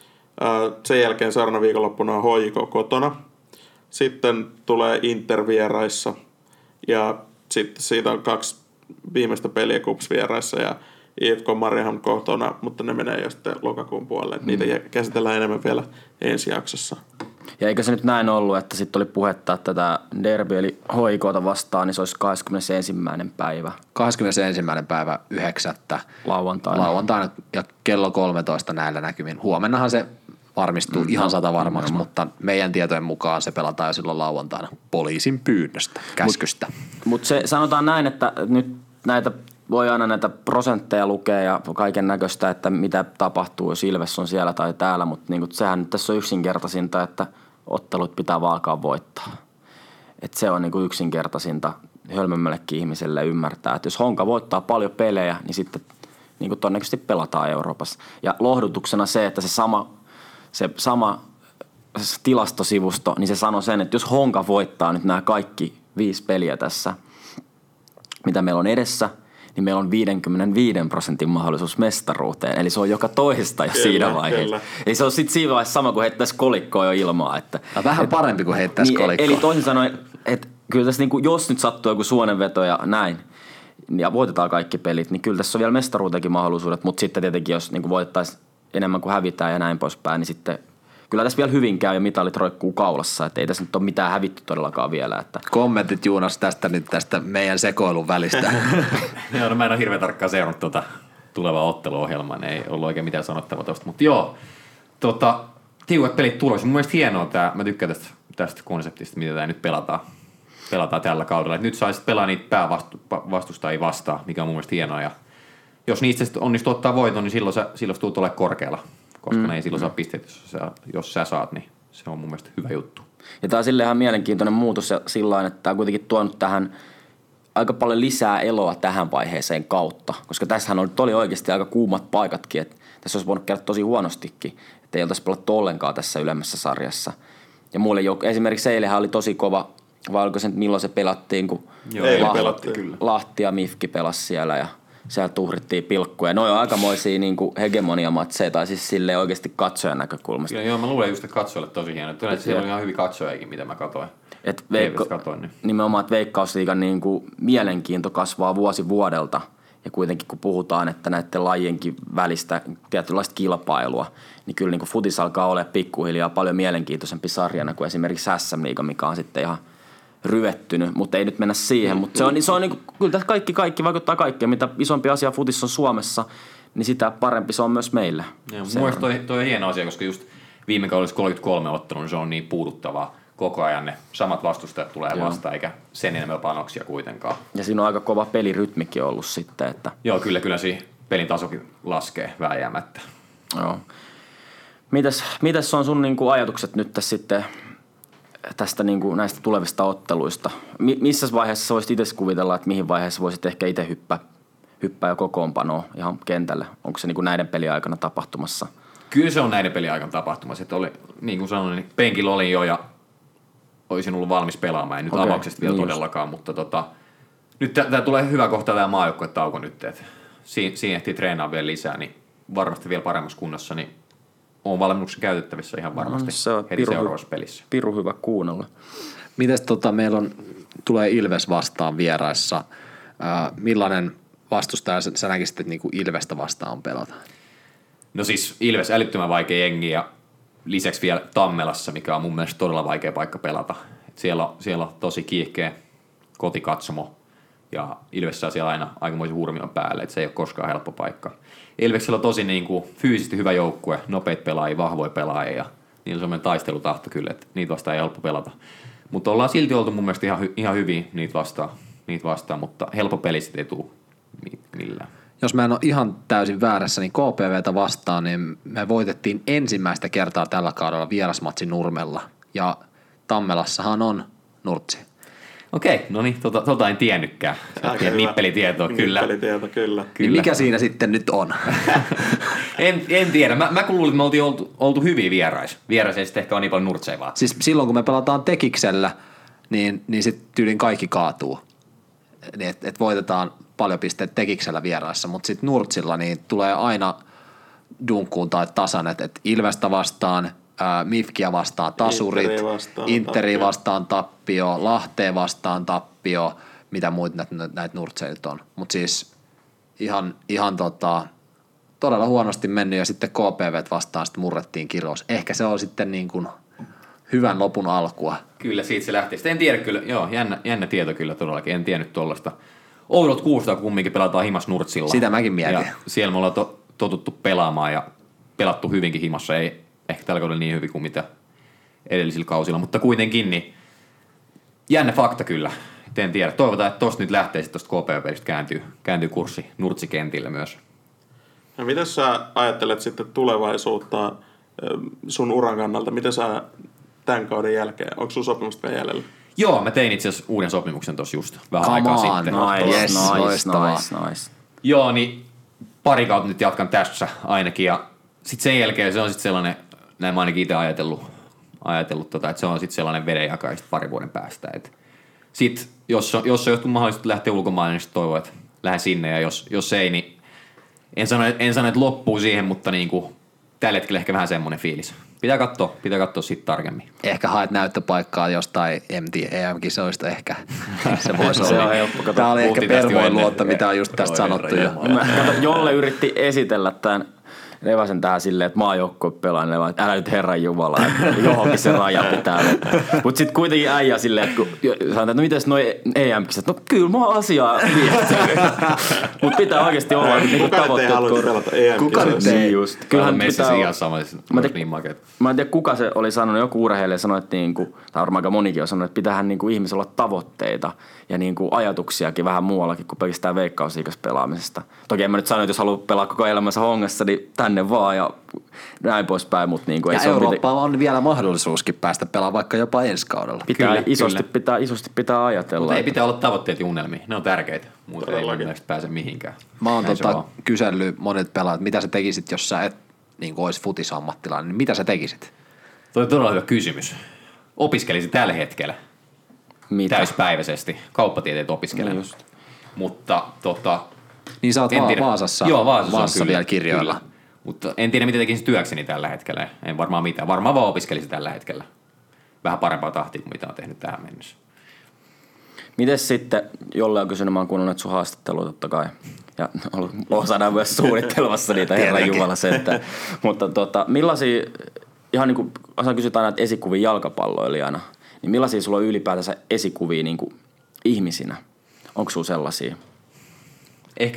Sen jälkeen seuraavana viikonloppuna on H J K kotona. Sitten tulee Inter vieraissa. Ja sitten siitä on kaksi viimeistä peliä Kups vieraissa ja I F K Mariehamn kotona, mutta ne menee jo sitten lokakuun puolelle. Mm. Niitä käsitellään enemmän vielä ensi jaksossa. Ja eikö se nyt näin ollut, että sitten oli puhetta, että tätä derby eli H I K:ta vastaan, niin se olisi kahdeskymmenesensimmäinen päivä. kahdeskymmenesensimmäinen päivä yhdeksättä Lauantaina. Lauantaina ja kello kolmetoista näillä näkymin. Huomennahan se varmistuu mm, ihan sata varmaksi, mm, mutta meidän tietojen mukaan se pelataan jo silloin lauantaina poliisin pyynnöstä, käskystä. Mutta mut se sanotaan näin, että nyt näitä voi aina näitä prosentteja lukea ja kaiken näköistä, että mitä tapahtuu, jos Ilves on siellä tai täällä, mutta niin sehän nyt tässä on yksinkertaisinta, että ottelut pitää vaan alkaa voittaa. Et se on niin kuin yksinkertaisinta hölmömmällekin ihmiselle ymmärtää, että jos Honka voittaa paljon pelejä, niin sitten niin kuin todennäköisesti pelataan Euroopassa. Ja lohdutuksena se, että se sama, se sama se tilastosivusto, niin se sanoi sen, että jos Honka voittaa nyt nämä kaikki viisi peliä tässä, mitä meillä on edessä, niin meillä on viisikymmentäviisi prosentin mahdollisuus mestaruuteen. Eli se on joka toista jo kyllä, siinä vaiheessa. Kyllä. Eli se on sitten siinä vaiheessa sama kuin heittäisi kolikkoa jo ilmaa. Että, no, vähän et, parempi kuin heittäisi niin, kolikkoa. Eli toisin sanoen, että kyllä tässä niinku, jos nyt sattuu joku suonenveto ja näin, ja voitetaan kaikki pelit, niin kyllä tässä on vielä mestaruuteenkin mahdollisuudet. Mutta sitten tietenkin, jos niinku voitettaisiin enemmän kuin hävitään ja näin poispäin, niin sitten kyllä tässä vielä hyvin käy ja mitalit roikkuu kaulassa, että ei tässä nyt ole mitään hävitty todellakaan vielä. Että. Kommentit Juunas tästä nyt tästä meidän sekoilun välistä. Joo, no mä en ole hirveän tarkkaan seurannut tuota tulevaa otteluohjelmaa, niin ei ollut oikein mitään sanottavaa tuosta. Mutta joo, tota, tiukat pelit tulossa. Mun mielestä hienoa tämä, mä tykkään tästä, tästä konseptista, mitä tämä nyt pelataan, pelataan tällä kaudella. Et nyt saisit pelaa niitä päävastustajia vastaan, mikä on mun mielestä hienoa. Ja jos niistä onnistuu ottaa voiton, niin silloin sä, silloin tulet olemaan korkealla. Koska mm. ne ei silloin saa pisteitä, jos sä, jos sä saat, niin se on mun mielestä hyvä juttu. Ja tää on silleen ihan mielenkiintoinen muutos sillä että tää on kuitenkin tuonut tähän aika paljon lisää eloa tähän vaiheeseen kautta. Koska tässähän oli, oli oikeasti aika kuumat paikatkin, että tässä olisi voinut käydä tosi huonostikin, että ei oltaisi pelattu ollenkaan tässä ylemmässä sarjassa. Ja mulle jo, esimerkiksi eilenhän oli tosi kova, vai oliko se nyt milloin se pelattiin, kun Joo, Lahti, pelattiin, kyllä. Lahti ja Mifki pelasi siellä ja siellä tuhrittiin pilkkuja. Noi on aikamoisia niin kuin hegemoniamatseja, tai siis silleen oikeasti katsojan näkökulmasta. Kyllä, joo, mä luulen just, että katsojalle tosi hieno. Että siellä oli ihan hyvin katsojakin, mitä mä katsoin. Et veikko, katsoin niin. Nimenomaan, että Veikkausliigan niin kuin mielenkiinto kasvaa vuosi vuodelta. Ja kuitenkin kun puhutaan, että näiden lajienkin välistä tietynlaista kilpailua, niin kyllä niin kuin futis alkaa olla pikkuhiljaa paljon mielenkiintoisempi sarjana kuin esimerkiksi S M-liiga, mikä on sitten ihan ryvettynyt, mutta ei nyt mennä siihen. Mutta se on, se on niin kuin, kyllä tässä kaikki, kaikki vaikuttaa kaikkeen. Mitä isompi asia futis on Suomessa, niin sitä parempi se on myös meille. Mun mielestä toi, toi on hieno asia, koska just viime kaudella kolmekymmentäkolme ottelua, niin se on niin puuduttavaa. Koko ajan ne samat vastustajat tulee Joo. vastaan, eikä sen enemmän panoksia kuitenkaan. Ja siinä on aika kova pelirytmikin ollut sitten. Että. Joo, kyllä, kyllä siinä pelin tasokin laskee vääjäämättä. Joo. Mitäs, mitäs on sun niin kuin ajatukset nyt tässä sitten tästä niin kuin näistä tulevista otteluista? Mi- missä vaiheessa sä voisit itse kuvitella, että mihin vaiheessa voisit ehkä itse hyppää, hyppää jo kokoonpanoa ihan kentälle? Onko se niin kuin näiden pelien aikana tapahtumassa? Kyllä se on näiden pelien aikana tapahtumassa. Että oli, niin kuin sanoin, niin penkillä olin jo ja olisin ollut valmis pelaamaan. Ei nyt okay, avauksesta vielä niin todellakaan, mutta tota, nyt tämä tulee hyvä kohta tämä maajoukkuetauko nyt. Että siinä, siinä ehtii treenaa vielä lisää, niin varmasti vielä paremmassa kunnossa, niin on valmennuksen käytettävissä ihan varmasti no, se on heti seuraavassa pelissä. Piru hyvä kuunnella. Mites tota, meillä on, tulee Ilves vastaan vieraissa. Äh, millainen vastustaja sä näkisit, että niinku Ilvestä vastaan pelata? No siis Ilves älyttömän vaikea jengi ja lisäksi vielä Tammelassa, mikä on mun mielestä todella vaikea paikka pelata. Et siellä, on, siellä on tosi kiihkeä kotikatsomo ja Ilves saa siellä aina aikamoisen hurmion päälle, että se ei ole koskaan helppo paikka. Ilveksellä on tosi niin kuin, fyysisesti hyvä joukkue, nopeat pelaajia, vahvoja pelaajia ja niillä on sellainen taistelutahto kyllä, että niitä vastaan ei helppo pelata. Mutta ollaan silti oltu mun mielestä ihan, hy- ihan hyviä niitä vastaan, niitä vastaan, mutta helppo peli sitten ei tule millään. Jos mä en ole ihan täysin väärässä, niin K P V:tä vastaan, niin me voitettiin ensimmäistä kertaa tällä kaudella vierasmatsi Nurmella. Ja Tammelassahan on nurtsi. Okei, no niin, tota, tota en tiennytkään. Aika hyvä. Nippelitietoa, kyllä. Nippelitieto, kyllä. Niin mikä siinä sitten nyt on? en, en tiedä. Mä, mä kun luulin, että me oltiin oltu, oltu hyviä vierais. Vierais ei sitten ehkä ole niin paljon nurtseja vaan. Siis silloin, kun me pelataan Tekiksellä, niin, niin sitten tyylin kaikki kaatuu. Niin että et voitetaan paljon pisteet Tekiksellä vieraissa, mutta sitten nurtsilla niin tulee aina dunkkuun tai tasan, että et Ilvestä vastaan, ää, Mifkiä vastaan tasurit, Interi vastaan Interi tappio. vastaan tappio, Lahteen vastaan tappio, mitä muita näitä, näitä nurtseilta on. Mutta siis ihan, ihan tota, todella huonosti mennyt ja sitten K P V vastaan sitten murrettiin kirous. Ehkä se on sitten niin kuin hyvän lopun alkua. Kyllä, siitä se lähti. Sitten en tiedä kyllä, joo, jännä, jännä tieto kyllä todellakin. En tiennyt tuollaista. Oudot kuusta kumminkin pelataan himas nurtsilla. Sitä mäkin mietin. Ja siellä me ollaan to, totuttu pelaamaan ja pelattu hyvinkin himassa. Ei ehkä tällä kaudella niin hyvin kuin mitä edellisillä kausilla, mutta kuitenkin niin jännä fakta kyllä. En tiedä. Toivotaan, että tosta nyt lähtee sitten tosta K P V-pelistä kääntyy, kääntyy kurssi nurtsikentillä myös. No, miten sä ajattelet sitten tulevaisuutta sun uran kannalta? Miten sä tämän kauden jälkeen? Onko sun sopimusta vielä jäljellä? Joo, mä tein itse asiassa uuden sopimuksen tossa just vähän Come aikaa on, sitten. nice, Yes, nice, nice, loistavaa. nice, nice. Joo, niin pari kautta nyt jatkan tässä ainakin ja sitten sen jälkeen se on sitten sellainen, näin mä ainakin itse ajatellut, ajatellut tota, että se on sitten sellainen vedenjakaja sitten parin vuoden päästä. Sitten jos on, jos on jotkut mahdollisuus lähteä ulkomaille, niin sitten toivon, että lähden sinne ja jos, jos ei, niin en sano, en sano, että loppuu siihen, mutta niin kuin tällä hetkellä ehkä vähän semmoinen fiilis. Pitää katsoa, pitää katsoa sitten tarkemmin. Ehkä haet näyttöpaikkaa jostain M T E M-kisoista ehkä. Se voisi Se olla. on helppo. Kato, Tämä oli ehkä puhuttiin tästä jo pervoin ennen. luotta, mitä on just tästä Oi, sanottu jo. herra Mä, kato, Jolle yritti esitellä tämän Revasen tähän silleen, että maajoukkue pelaa, niin että älä nyt herran jumala, että johonkin se raja pitää vetää. Mutta sitten kuitenkin äijä silleen, että kun sanotaan, että no mites noi E M-kisat, no kyllä mä oon asiaa viettänyt. Mutta pitää oikeasti olla niinku Kuka nyt ei tavoitteet haluaisi korjaa. pelata E Kuka nyt M-kisoissa? ei? Just. Kyllähän Kyllähän meissä pitää ihan olla. sama, Mä, se te, niin makeet. mä en tiedä kuka se oli sanonut, joku urheilija sanoi, että niinku, tai varmaan aika monikin on sanonut, että pitäähän niinku ihmisellä olla tavoitteita ja niinku ajatuksiakin vähän muuallakin kuin pelkästään veikkausliigassa pelaamisesta. Toki en mä nyt sano, että jos haluaa pelaa koko elämänsä hongassa, niin tänne vaan ja näin poispäin, mutta niinku ei Ja se ole Eurooppa on vielä mahdollisuuskin päästä pelaamaan vaikka jopa ensi kaudella. pitää Kyllä, isosti, kyllä. Pitää, isosti pitää ajatella. Mutta ei että- pitää olla tavoitteet ja unelmia. Ne on tärkeitä. Muuten ei mun Todellakin. mielestä pääse mihinkään. Mä oon Näin se tota vaan. kysellyt monet pelaajat, mitä sä tekisit, jos sä et niin olisi futisammattilainen, niin mitä sä tekisit? Toi on todella hyvä kysymys. Opiskelisin tällä hetkellä Mitä? täyspäiväisesti. Kauppatieteet opiskelen. Niin just. Mutta tota, Niin sä oot en va- tiedä. Vaasassa, Joo, Vaasassa, Vaasassa on kyllä, vielä kirjoilla. Kyllä. Mutta en tiedä, mitä tekisin työkseni tällä hetkellä. En varmaan mitään. Varmaan vaan opiskelisin tällä hetkellä. Vähän parempaa tahtia kuin mitä on tehnyt tähän mennessä. Mites sitten, jolle on kysynyt, mä oon kuunnellut sun haastattelua totta kai. Ja ollut osana myös suunnittelemassa niitä herran Tietenkin. jumala sentään. Mutta tota, millaisia, ihan niin kuin osaan kysytään näitä esikuvia jalkapalloilijana, niin millaisia sulla on ylipäätänsä esikuvia niin kuin ihmisinä? Onko sulla sellaisia? Ehkä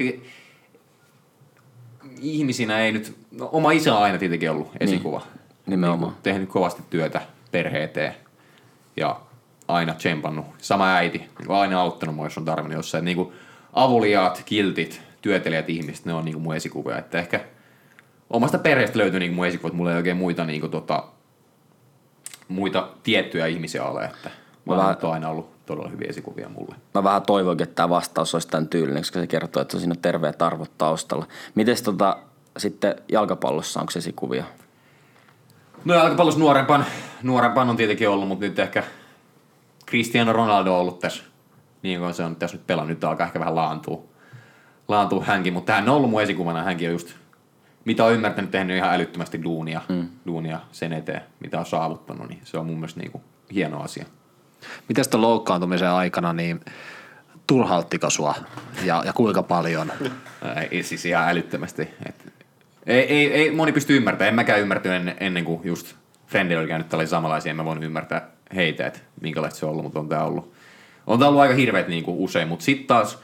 ihmisinä ei nyt, no, oma isä on aina tietenkin ollut esikuva. nimenomaan. Niin, tehnyt kovasti työtä perheen eteen ja aina tsempannut. Sama äiti, niin aina auttanut mua, jos on tarvinnut jossain. Niin kuin avuliaat, kiltit, työtelijät ihmiset, ne on niin kuin mun esikuvia. Että ehkä omasta perheestä löytyy niin kuin mun esikuvat, mulla ei oikein muita, niin kuin tota, muita tiettyjä ihmisiä ole. Että vanhemmat on aina ollut todella hyviä esikuvia mulle. Mä vähän toivoinkin, että tämä vastaus olisi tämän tyylinen, koska se kertoo, että on siinä terveet arvot taustalla. Mites tota, sitten jalkapallossa, onko esikuvia? No jalkapallossa nuorempan, nuorempan on tietenkin ollut, mutta nyt ehkä Cristiano Ronaldo on ollut tässä, niin kuin se on tässä nyt pelannut, nyt alkaa ehkä vähän laantua, laantua hänkin, mutta hän on ollut mun esikuvana, hänkin on just, mitä on ymmärtänyt, tehnyt ihan älyttömästi duunia, mm. duunia sen eteen, mitä on saavuttanut, niin se on mun mielestä niin kuin hieno asia. Mites ton loukkaantumisen aikana, niin turhauttiko sua ja, ja kuinka paljon? Ei, siis ihan älyttömästi. Et, ei, ei, ei moni pysty ymmärtämään. En mäkään ymmärtänyt ennen, ennen kuin just Frendillä oli käynyt tällaisia samanlaisia. En mä voinut ymmärtää heitä, että minkälaista se on ollut, mutta on tää ollut. On tää ollut aika hirveet niin kuin usein, mutta sitten taas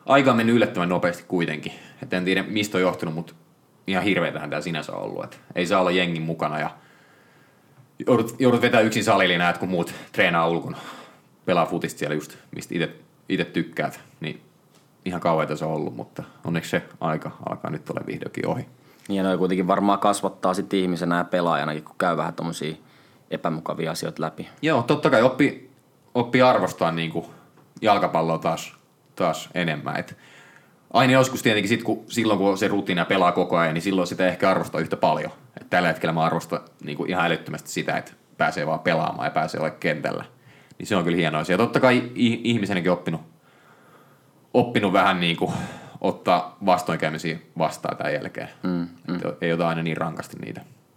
aika on mennyt yllättävän nopeasti kuitenkin. Et en tiedä, mistä on johtunut, mutta ihan hirveetähän tämä sinänsä on ollut. Et ei saa olla jengin mukana ja joudut, joudut vetää yksin salille, näet kun muut treenaa ulkona. Pelaa futista siellä just, mistä itse tykkäät. Niin ihan kauheita se on ollut, mutta onneksi se aika alkaa nyt olla vihdoinkin ohi. Ja noi kuitenkin varmaan kasvattaa sitten ihmisenä ja pelaajanakin, kun käy vähän tommosia epämukavia asioita läpi. Joo, totta kai oppi, oppi arvostaa niinku jalkapalloa taas, taas enemmän. Et aina joskus tietenkin sit, kun, silloin, kun se rutiina pelaa koko ajan, niin silloin sitä ehkä arvostaa yhtä paljon. Et tällä hetkellä mä arvostan niinku ihan älyttömästi sitä, että pääsee vaan pelaamaan ja pääsee olemaan kentällä. Niin se on kyllä hieno asia. Totta kai ihmisenäkin oppinut, oppinut vähän niinku ottaa vastoinkäymisiä vastaan tämän jälkeen. Mm, mm. Ei ota aina niin rankasti niitä.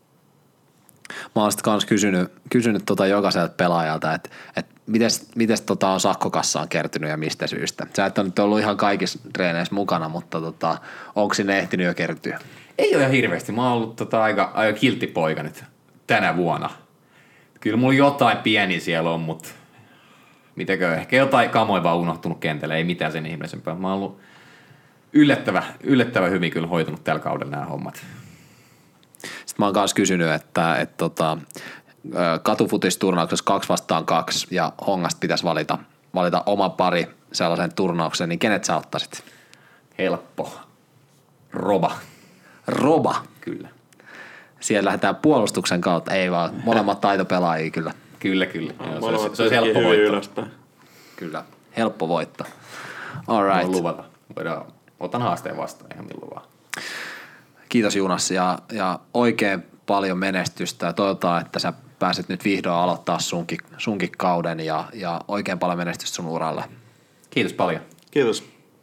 Mä oon sitten kans kysynyt, kysynyt tota jokaiselta pelaajalta, että et mites, mites tota on sakkokassaan kertynyt ja mistä syystä. Sä et ole nyt ollut ihan kaikissa treeneissä mukana, mutta tota, onko sinne ehtinyt jo kertyä? Ei ole ihan hirveästi. Mä oon ollut tota aika, aika kiltti poika nyt tänä vuonna. Kyllä mulla jotain pieniä siellä on, mutta mitäkö, ehkä jotain kamoja vaan unohtunut kentälle. Ei mitään sen ihmeellisempää. Mä oon ollut yllättävä, yllättävä hyvin kyllä hoitunut tällä kaudella nämä hommat. Sitten mä oon kanssa kysynyt, että et tota, katufutisturnauksessa kaksi vastaan kaksi ja Hongasta pitäisi valita, valita oma pari sellaisen turnauksen, niin kenet sä ottaisit? Helppo. Roba. Roba? Kyllä. Siellä lähdetään puolustuksen kautta, ei vaan molemmat taitopelaajia kyllä. Kyllä, kyllä. Joo, Molemmat se, se olisi helppo voittaa. Kyllä, helppo voittaa. All right. Voin luvata. Voidaan, otan haasteen vastaan ihan milloin vaan. Kiitos Junas ja, ja oikein paljon menestystä. Toivotaan, että sä pääset nyt vihdoin aloittaa sunkin, sunkin kauden ja, ja oikein paljon menestystä sun uralle. Kiitos paljon. Kiitos.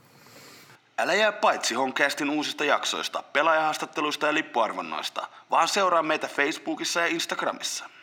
Älä jää paitsi Honcastin uusista jaksoista, pelaajahaastatteluista ja lippuarvonnoista, vaan seuraa meitä Facebookissa ja Instagramissa.